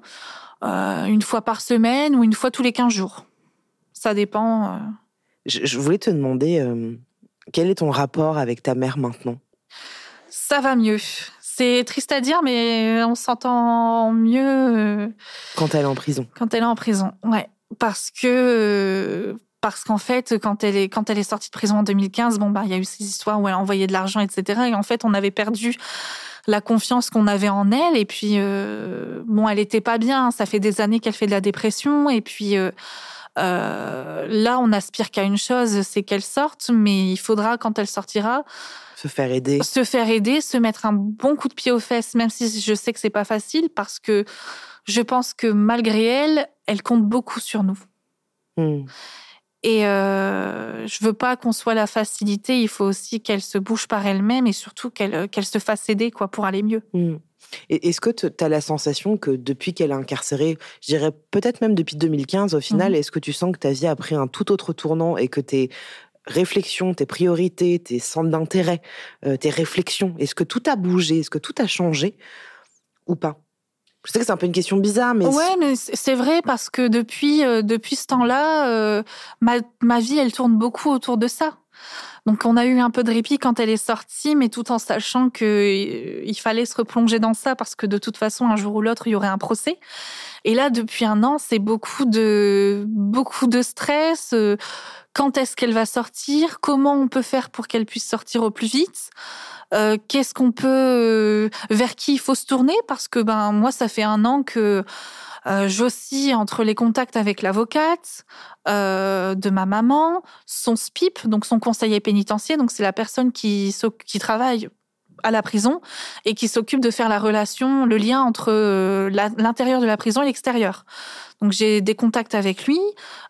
1 fois par semaine ou 1 fois tous les 15 jours. Ça dépend... Je voulais te demander, quel est ton rapport avec ta mère maintenant ? Ça va mieux. C'est triste à dire, mais on s'entend mieux... Quand elle est en prison. Quand elle est en prison, ouais. Parce qu'en fait, quand elle est sortie de prison en 2015, il y a eu ces histoires où elle envoyait de l'argent, etc. Et en fait, on avait perdu la confiance qu'on avait en elle. Et puis, elle était pas bien. Ça fait des années qu'elle fait de la dépression. Et puis... là, on aspire qu'à une chose, c'est qu'elle sorte, mais il faudra, quand elle sortira, se faire aider, se mettre un bon coup de pied aux fesses, même si je sais que c'est pas facile, parce que je pense que malgré elle, elle compte beaucoup sur nous. Et je veux pas qu'on soit la facilité, il faut aussi qu'elle se bouge par elle-même et surtout qu'elle se fasse aider pour aller mieux. Et est-ce que tu as la sensation que depuis qu'elle est incarcérée, je dirais peut-être même depuis 2015 au final, est-ce que tu sens que ta vie a pris un tout autre tournant et que tes réflexions, tes priorités, tes centres d'intérêt, tes réflexions, est-ce que tout a bougé, est-ce que tout a changé ou pas ? Je sais que c'est un peu une question bizarre, mais... Ouais, mais c'est vrai parce que depuis ce temps-là, ma vie, elle tourne beaucoup autour de ça. Donc, on a eu un peu de répit quand elle est sortie, mais tout en sachant qu'il fallait se replonger dans ça parce que de toute façon, un jour ou l'autre, il y aurait un procès. Et là, depuis 1 an, c'est beaucoup de stress. Quand est-ce qu'elle va sortir ? Comment on peut faire pour qu'elle puisse sortir au plus vite ? Qu'est-ce qu'on peut... vers qui il faut se tourner ? Parce que moi, ça fait 1 an que j'oscille entre les contacts avec l'avocate de ma maman, son SPIP, donc son conseiller pénitentiaire, donc c'est la personne qui travaille à la prison et qui s'occupe de faire la relation, le lien entre l'intérieur de la prison et l'extérieur. Donc j'ai des contacts avec lui,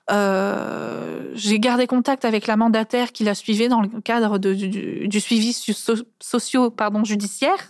j'ai gardé contact avec la mandataire qui la suivait dans le cadre du suivi judiciaire.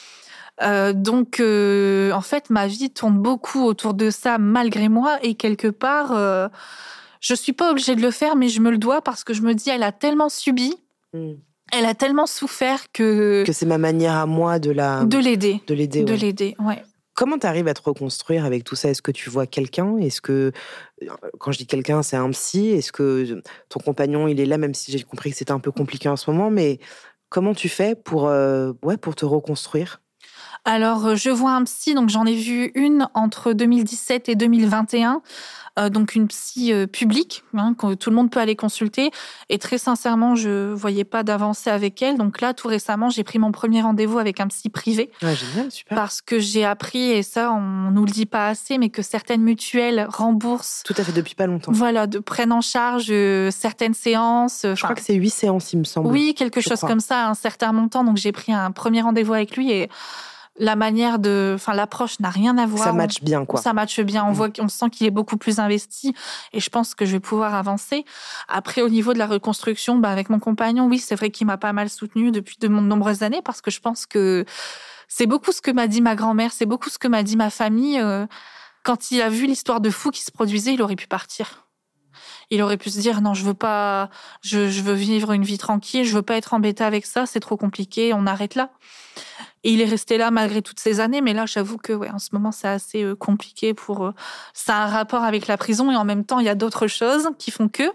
Donc, en fait, ma vie tourne beaucoup autour de ça malgré moi et quelque part, je suis pas obligée de le faire, mais je me le dois parce que je me dis, elle a tellement subi, Elle a tellement souffert que c'est ma manière à moi de l'aider. De l'aider, ouais. Comment tu arrives à te reconstruire avec tout ça? Est-ce que tu vois quelqu'un? Est-ce que, quand je dis quelqu'un, c'est un psy? Est-ce que ton compagnon, il est là, même si j'ai compris que c'était un peu compliqué en ce moment, mais comment tu fais pour te reconstruire? Alors, je vois un psy, donc j'en ai vu une entre 2017 et 2021, donc une psy publique, que tout le monde peut aller consulter. Et très sincèrement, je voyais pas d'avancée avec elle. Donc là, tout récemment, j'ai pris mon premier rendez-vous avec un psy privé. Ah, génial, super. Parce que j'ai appris, et ça, on nous le dit pas assez, mais que certaines mutuelles remboursent. Tout à fait, depuis pas longtemps. Voilà, prennent en charge certaines séances. Je crois que c'est 8 séances, il me semble. Oui, quelque chose comme ça, un certain montant. Donc j'ai pris un premier rendez-vous avec lui et la manière l'approche n'a rien à voir. Ça matche bien, quoi. Ça matche bien. On sent qu'il est beaucoup plus investi et je pense que je vais pouvoir avancer. Après, au niveau de la reconstruction, avec mon compagnon, oui, c'est vrai qu'il m'a pas mal soutenue depuis de nombreuses années parce que je pense que c'est beaucoup ce que m'a dit ma grand-mère, c'est beaucoup ce que m'a dit ma famille. Quand il a vu l'histoire de fou qui se produisait, il aurait pu partir. Il aurait pu se dire non, je veux pas, je veux vivre une vie tranquille, je veux pas être embêté avec ça, c'est trop compliqué, on arrête là. Et il est resté là malgré toutes ces années, mais là, j'avoue que en ce moment, c'est assez compliqué pour. Ça a un rapport avec la prison et en même temps, il y a d'autres choses qui font que.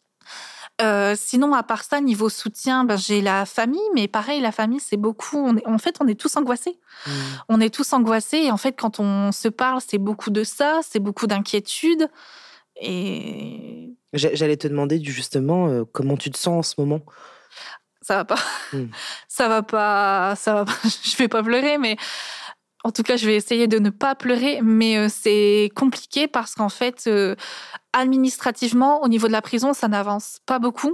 Sinon, à part ça, niveau soutien, j'ai la famille, mais pareil, la famille, c'est beaucoup. On est tous angoissés. On est tous angoissés et en fait, quand on se parle, c'est beaucoup de ça, c'est beaucoup d'inquiétude. Et j'allais te demander justement comment tu te sens en ce moment. Ça va pas. Ça va pas. Je vais pas pleurer, mais en tout cas, je vais essayer de ne pas pleurer. Mais c'est compliqué parce qu'en fait, administrativement, au niveau de la prison, ça n'avance pas beaucoup.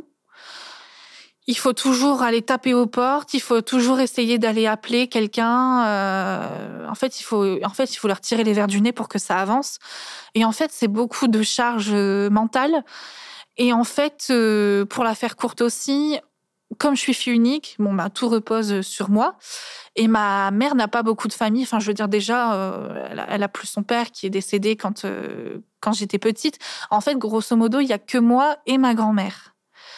Il faut toujours aller taper aux portes. Il faut toujours essayer d'aller appeler quelqu'un. En fait, il faut leur tirer les verres du nez pour que ça avance. Et en fait, c'est beaucoup de charges mentales. Et en fait, pour la faire courte aussi, comme je suis fille unique, tout repose sur moi. Et ma mère n'a pas beaucoup de famille. Enfin, je veux dire, déjà, elle a plus son père qui est décédé quand j'étais petite. En fait, grosso modo, il y a que moi et ma grand-mère.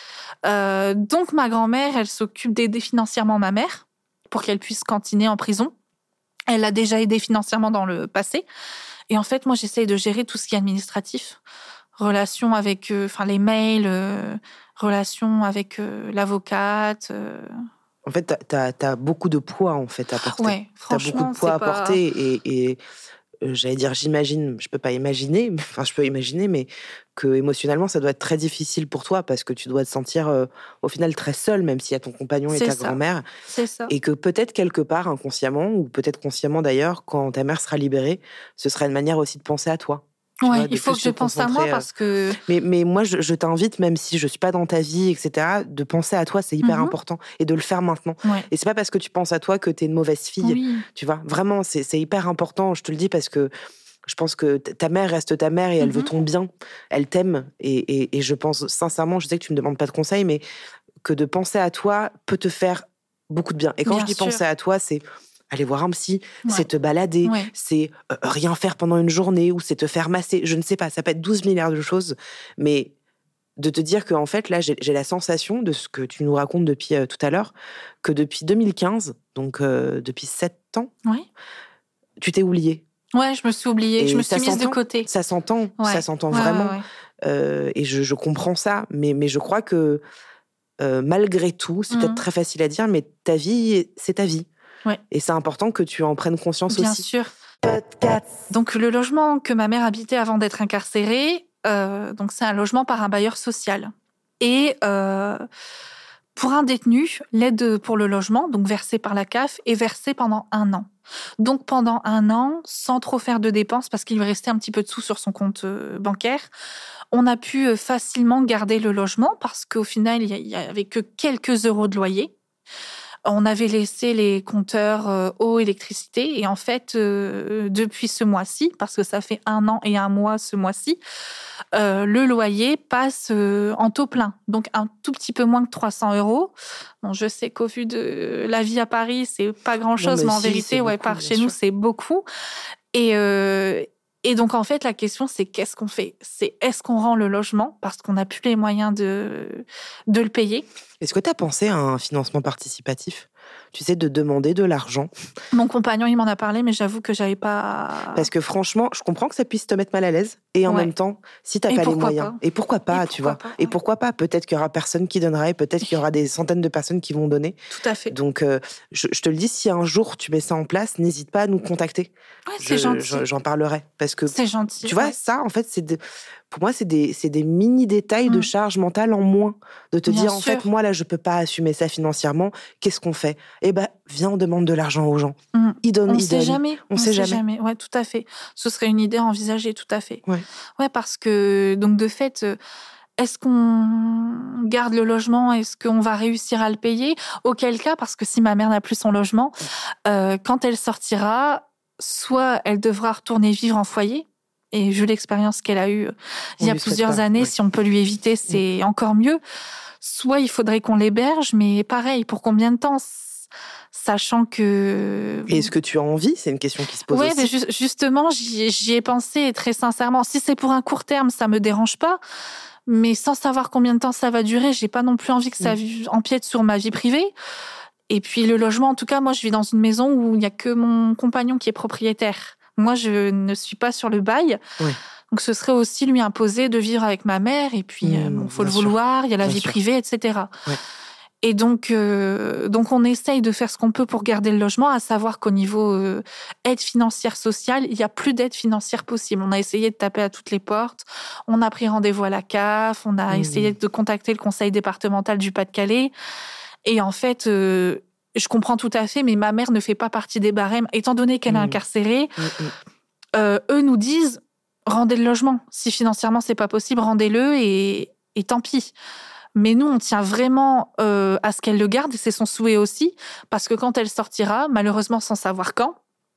Donc, ma grand-mère, elle s'occupe d'aider financièrement ma mère pour qu'elle puisse cantiner en prison. Elle l'a déjà aidé financièrement dans le passé. Et en fait, moi, j'essaye de gérer tout ce qui est administratif. Relations avec les mails, relations avec l'avocate. En fait, t'as beaucoup de poids en fait à porter. Ouais, franchement, t'as beaucoup de poids à porter et j'allais dire j'imagine, je peux pas imaginer, je peux imaginer, mais que émotionnellement ça doit être très difficile pour toi parce que tu dois te sentir au final très seule, même s'il y a ton compagnon et ta grand-mère. C'est ça. Et que peut-être quelque part inconsciemment ou peut-être consciemment d'ailleurs, quand ta mère sera libérée, ce sera une manière aussi de penser à toi. Ouais, il faut que je pense à moi parce que... Mais moi, je t'invite, même si je suis pas dans ta vie, etc., de penser à toi, c'est hyper important. Et de le faire maintenant. Ouais. Et c'est pas parce que tu penses à toi que t'es une mauvaise fille. Oui. Tu vois, vraiment, c'est hyper important. Je te le dis parce que je pense que ta mère reste ta mère et elle veut ton bien. Elle t'aime. Et je pense sincèrement, je sais que tu me demandes pas de conseils, mais que de penser à toi peut te faire beaucoup de bien. Et quand bien je dis sûr. penser à toi, c'est... aller voir un psy, c'est te balader, c'est rien faire pendant une journée ou c'est te faire masser, je ne sais pas, ça peut être 12 milliards de choses, mais de te dire qu'en fait, là, j'ai la sensation de ce que tu nous racontes depuis tout à l'heure, que depuis 2015, donc depuis 7 ans, tu t'es oubliée. Ouais, je me suis oubliée, je me suis mise de côté. Ça s'entend vraiment, et je comprends ça, mais je crois que malgré tout, c'est peut-être très facile à dire, mais ta vie, c'est ta vie. Ouais. Et c'est important que tu en prennes conscience Bien aussi. sûr. Donc, le logement que ma mère habitait avant d'être incarcérée, donc c'est un logement par un bailleur social. Et pour un détenu, l'aide pour le logement, donc versée par la CAF, est versée pendant 1 an. Donc, pendant 1 an, sans trop faire de dépenses, parce qu'il lui restait un petit peu de sous sur son compte bancaire, on a pu facilement garder le logement, parce qu'au final, il n'y avait que quelques euros de loyer. On avait laissé les compteurs eau, électricité. Et en fait, depuis ce mois-ci, parce que ça fait 1 an et 1 mois ce mois-ci, le loyer passe en taux plein. Donc, un tout petit peu moins que 300 €. Bon, je sais qu'au vu de la vie à Paris, c'est pas grand-chose, mais en vérité, par chez nous, c'est beaucoup. Et Et donc, en fait, la question, c'est qu'est-ce qu'on fait ? C'est est-ce qu'on rend le logement parce qu'on n'a plus les moyens de le payer ? Est-ce que tu as pensé à un financement participatif ? Tu sais, de demander de l'argent. Mon compagnon, il m'en a parlé, mais j'avoue que j'avais pas... Parce que franchement, je comprends que ça puisse te mettre mal à l'aise. Et en même temps, si t'as pas les moyens... Et pourquoi pas, tu vois ? Et pourquoi pas ? Peut-être qu'il y aura personne qui donnera et peut-être qu'il y aura des centaines de personnes qui vont donner. Tout à fait. Donc, je te le dis, si un jour tu mets ça en place, n'hésite pas à nous contacter. Ouais, c'est gentil. J'en parlerai. Parce que, c'est gentil. Tu vois, ça, en fait, pour moi, c'est des mini-détails de charge mentale en moins. De te dire, en fait, moi, là, je peux pas assumer ça financièrement. Qu'est-ce qu'on fait ? Eh ben, viens, on demande de l'argent aux gens. Ils donnent, on sait jamais. On sait jamais. Ouais, tout à fait. Ce serait une idée envisagée, tout à fait. Ouais, parce que, donc, de fait, est-ce qu'on garde le logement ? Est-ce qu'on va réussir à le payer ? Auquel cas, parce que si ma mère n'a plus son logement, quand elle sortira, soit elle devra retourner vivre en foyer, et vu l'expérience qu'elle a eue il y a plusieurs années, si on peut lui éviter, c'est encore mieux. Soit il faudrait qu'on l'héberge, mais pareil, pour combien de temps ? Sachant que... Et est-ce que tu as envie ? C'est une question qui se pose aussi. Oui, mais justement, j'y ai pensé très sincèrement. Si c'est pour un court terme, ça me dérange pas. Mais sans savoir combien de temps ça va durer, j'ai pas non plus envie que ça empiète sur ma vie privée. Et puis le logement, en tout cas, moi, je vis dans une maison où il y a que mon compagnon qui est propriétaire. Moi, je ne suis pas sur le bail. Oui. Donc, ce serait aussi lui imposer de vivre avec ma mère. Et puis, faut le vouloir, il y a la vie privée, etc. Ouais. Et donc, on essaye de faire ce qu'on peut pour garder le logement, à savoir qu'au niveau aide financière sociale, il n'y a plus d'aide financière possible. On a essayé de taper à toutes les portes. On a pris rendez-vous à la CAF. On a essayé de contacter le conseil départemental du Pas-de-Calais. Et en fait... je comprends tout à fait, mais ma mère ne fait pas partie des barèmes. Étant donné qu'elle est incarcérée, eux nous disent rendez le logement. Si financièrement c'est pas possible, rendez-le et tant pis. Mais nous, on tient vraiment à ce qu'elle le garde, et c'est son souhait aussi, parce que quand elle sortira, malheureusement sans savoir quand,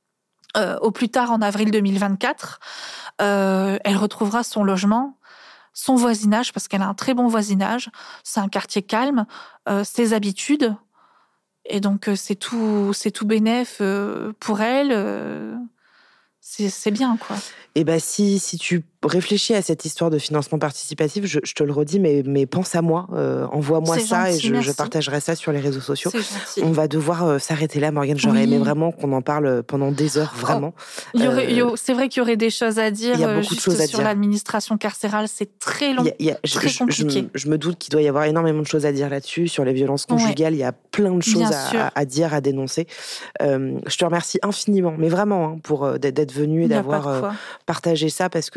au plus tard en avril 2024, elle retrouvera son logement, son voisinage, parce qu'elle a un très bon voisinage. C'est un quartier calme, ses habitudes. Et donc, c'est tout bénef pour elle. C'est bien, quoi. Et bien, si tu réfléchis à cette histoire de financement participatif, je te le redis, mais pense à moi, envoie-moi c'est ça gentil, et je partagerai ça sur les réseaux sociaux. C'est gentil. On va devoir s'arrêter là, Morgane. J'aurais aimé vraiment qu'on en parle pendant des heures, vraiment. C'est vrai qu'il y aurait des choses à dire. Il y a beaucoup de choses à dire. Sur l'administration carcérale, c'est très long, très compliqué. Je me doute qu'il doit y avoir énormément de choses à dire là-dessus, sur les violences conjugales. Il y a plein de choses à dire, à dénoncer. Je te remercie infiniment, mais vraiment, pour d'être venu et d'avoir partagé ça, parce que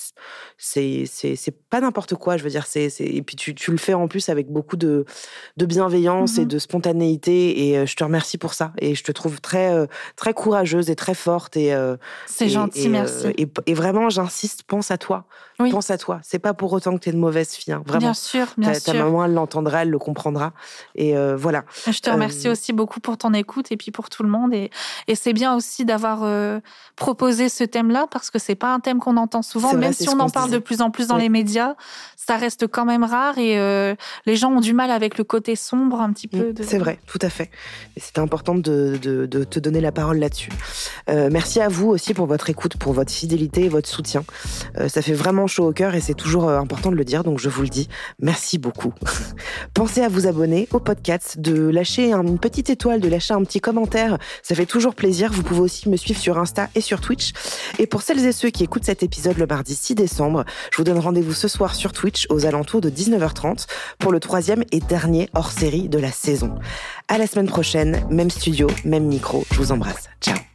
c'est pas n'importe quoi, je veux dire. Et puis tu le fais en plus avec beaucoup de bienveillance et de spontanéité, et je te remercie pour ça. Et je te trouve très, très courageuse et très forte. C'est gentil, merci. Et vraiment, j'insiste, pense à toi. Oui. Pense à toi. C'est pas pour autant que t'es une mauvaise fille, hein, vraiment. Bien sûr, bien sûr. Ta maman, elle l'entendra, elle le comprendra. Et voilà. Je te remercie aussi beaucoup pour ton écoute et puis pour tout le monde. Et c'est bien aussi d'avoir proposé ce thème-là, parce que c'est pas un thème qu'on entend souvent. Même si on en parle de plus en plus dans les médias, ça reste quand même rare, et les gens ont du mal avec le côté sombre un petit peu. C'est vrai, tout à fait. Et c'était important de te donner la parole là-dessus. Merci à vous aussi pour votre écoute, pour votre fidélité et votre soutien. Ça fait vraiment chaud au cœur, et c'est toujours important de le dire, donc je vous le dis, merci beaucoup. Pensez à vous abonner au podcast, de lâcher une petite étoile, de lâcher un petit commentaire, ça fait toujours plaisir. Vous pouvez aussi me suivre sur Insta et sur Twitch. Et pour celles et ceux qui écoutent cet épisode le mardi 6 décembre, je vous donne rendez-vous ce soir sur Twitch aux alentours de 19h30 pour le 3e et dernier hors-série de la saison. À la semaine prochaine, même studio, même micro. Je vous embrasse. Ciao.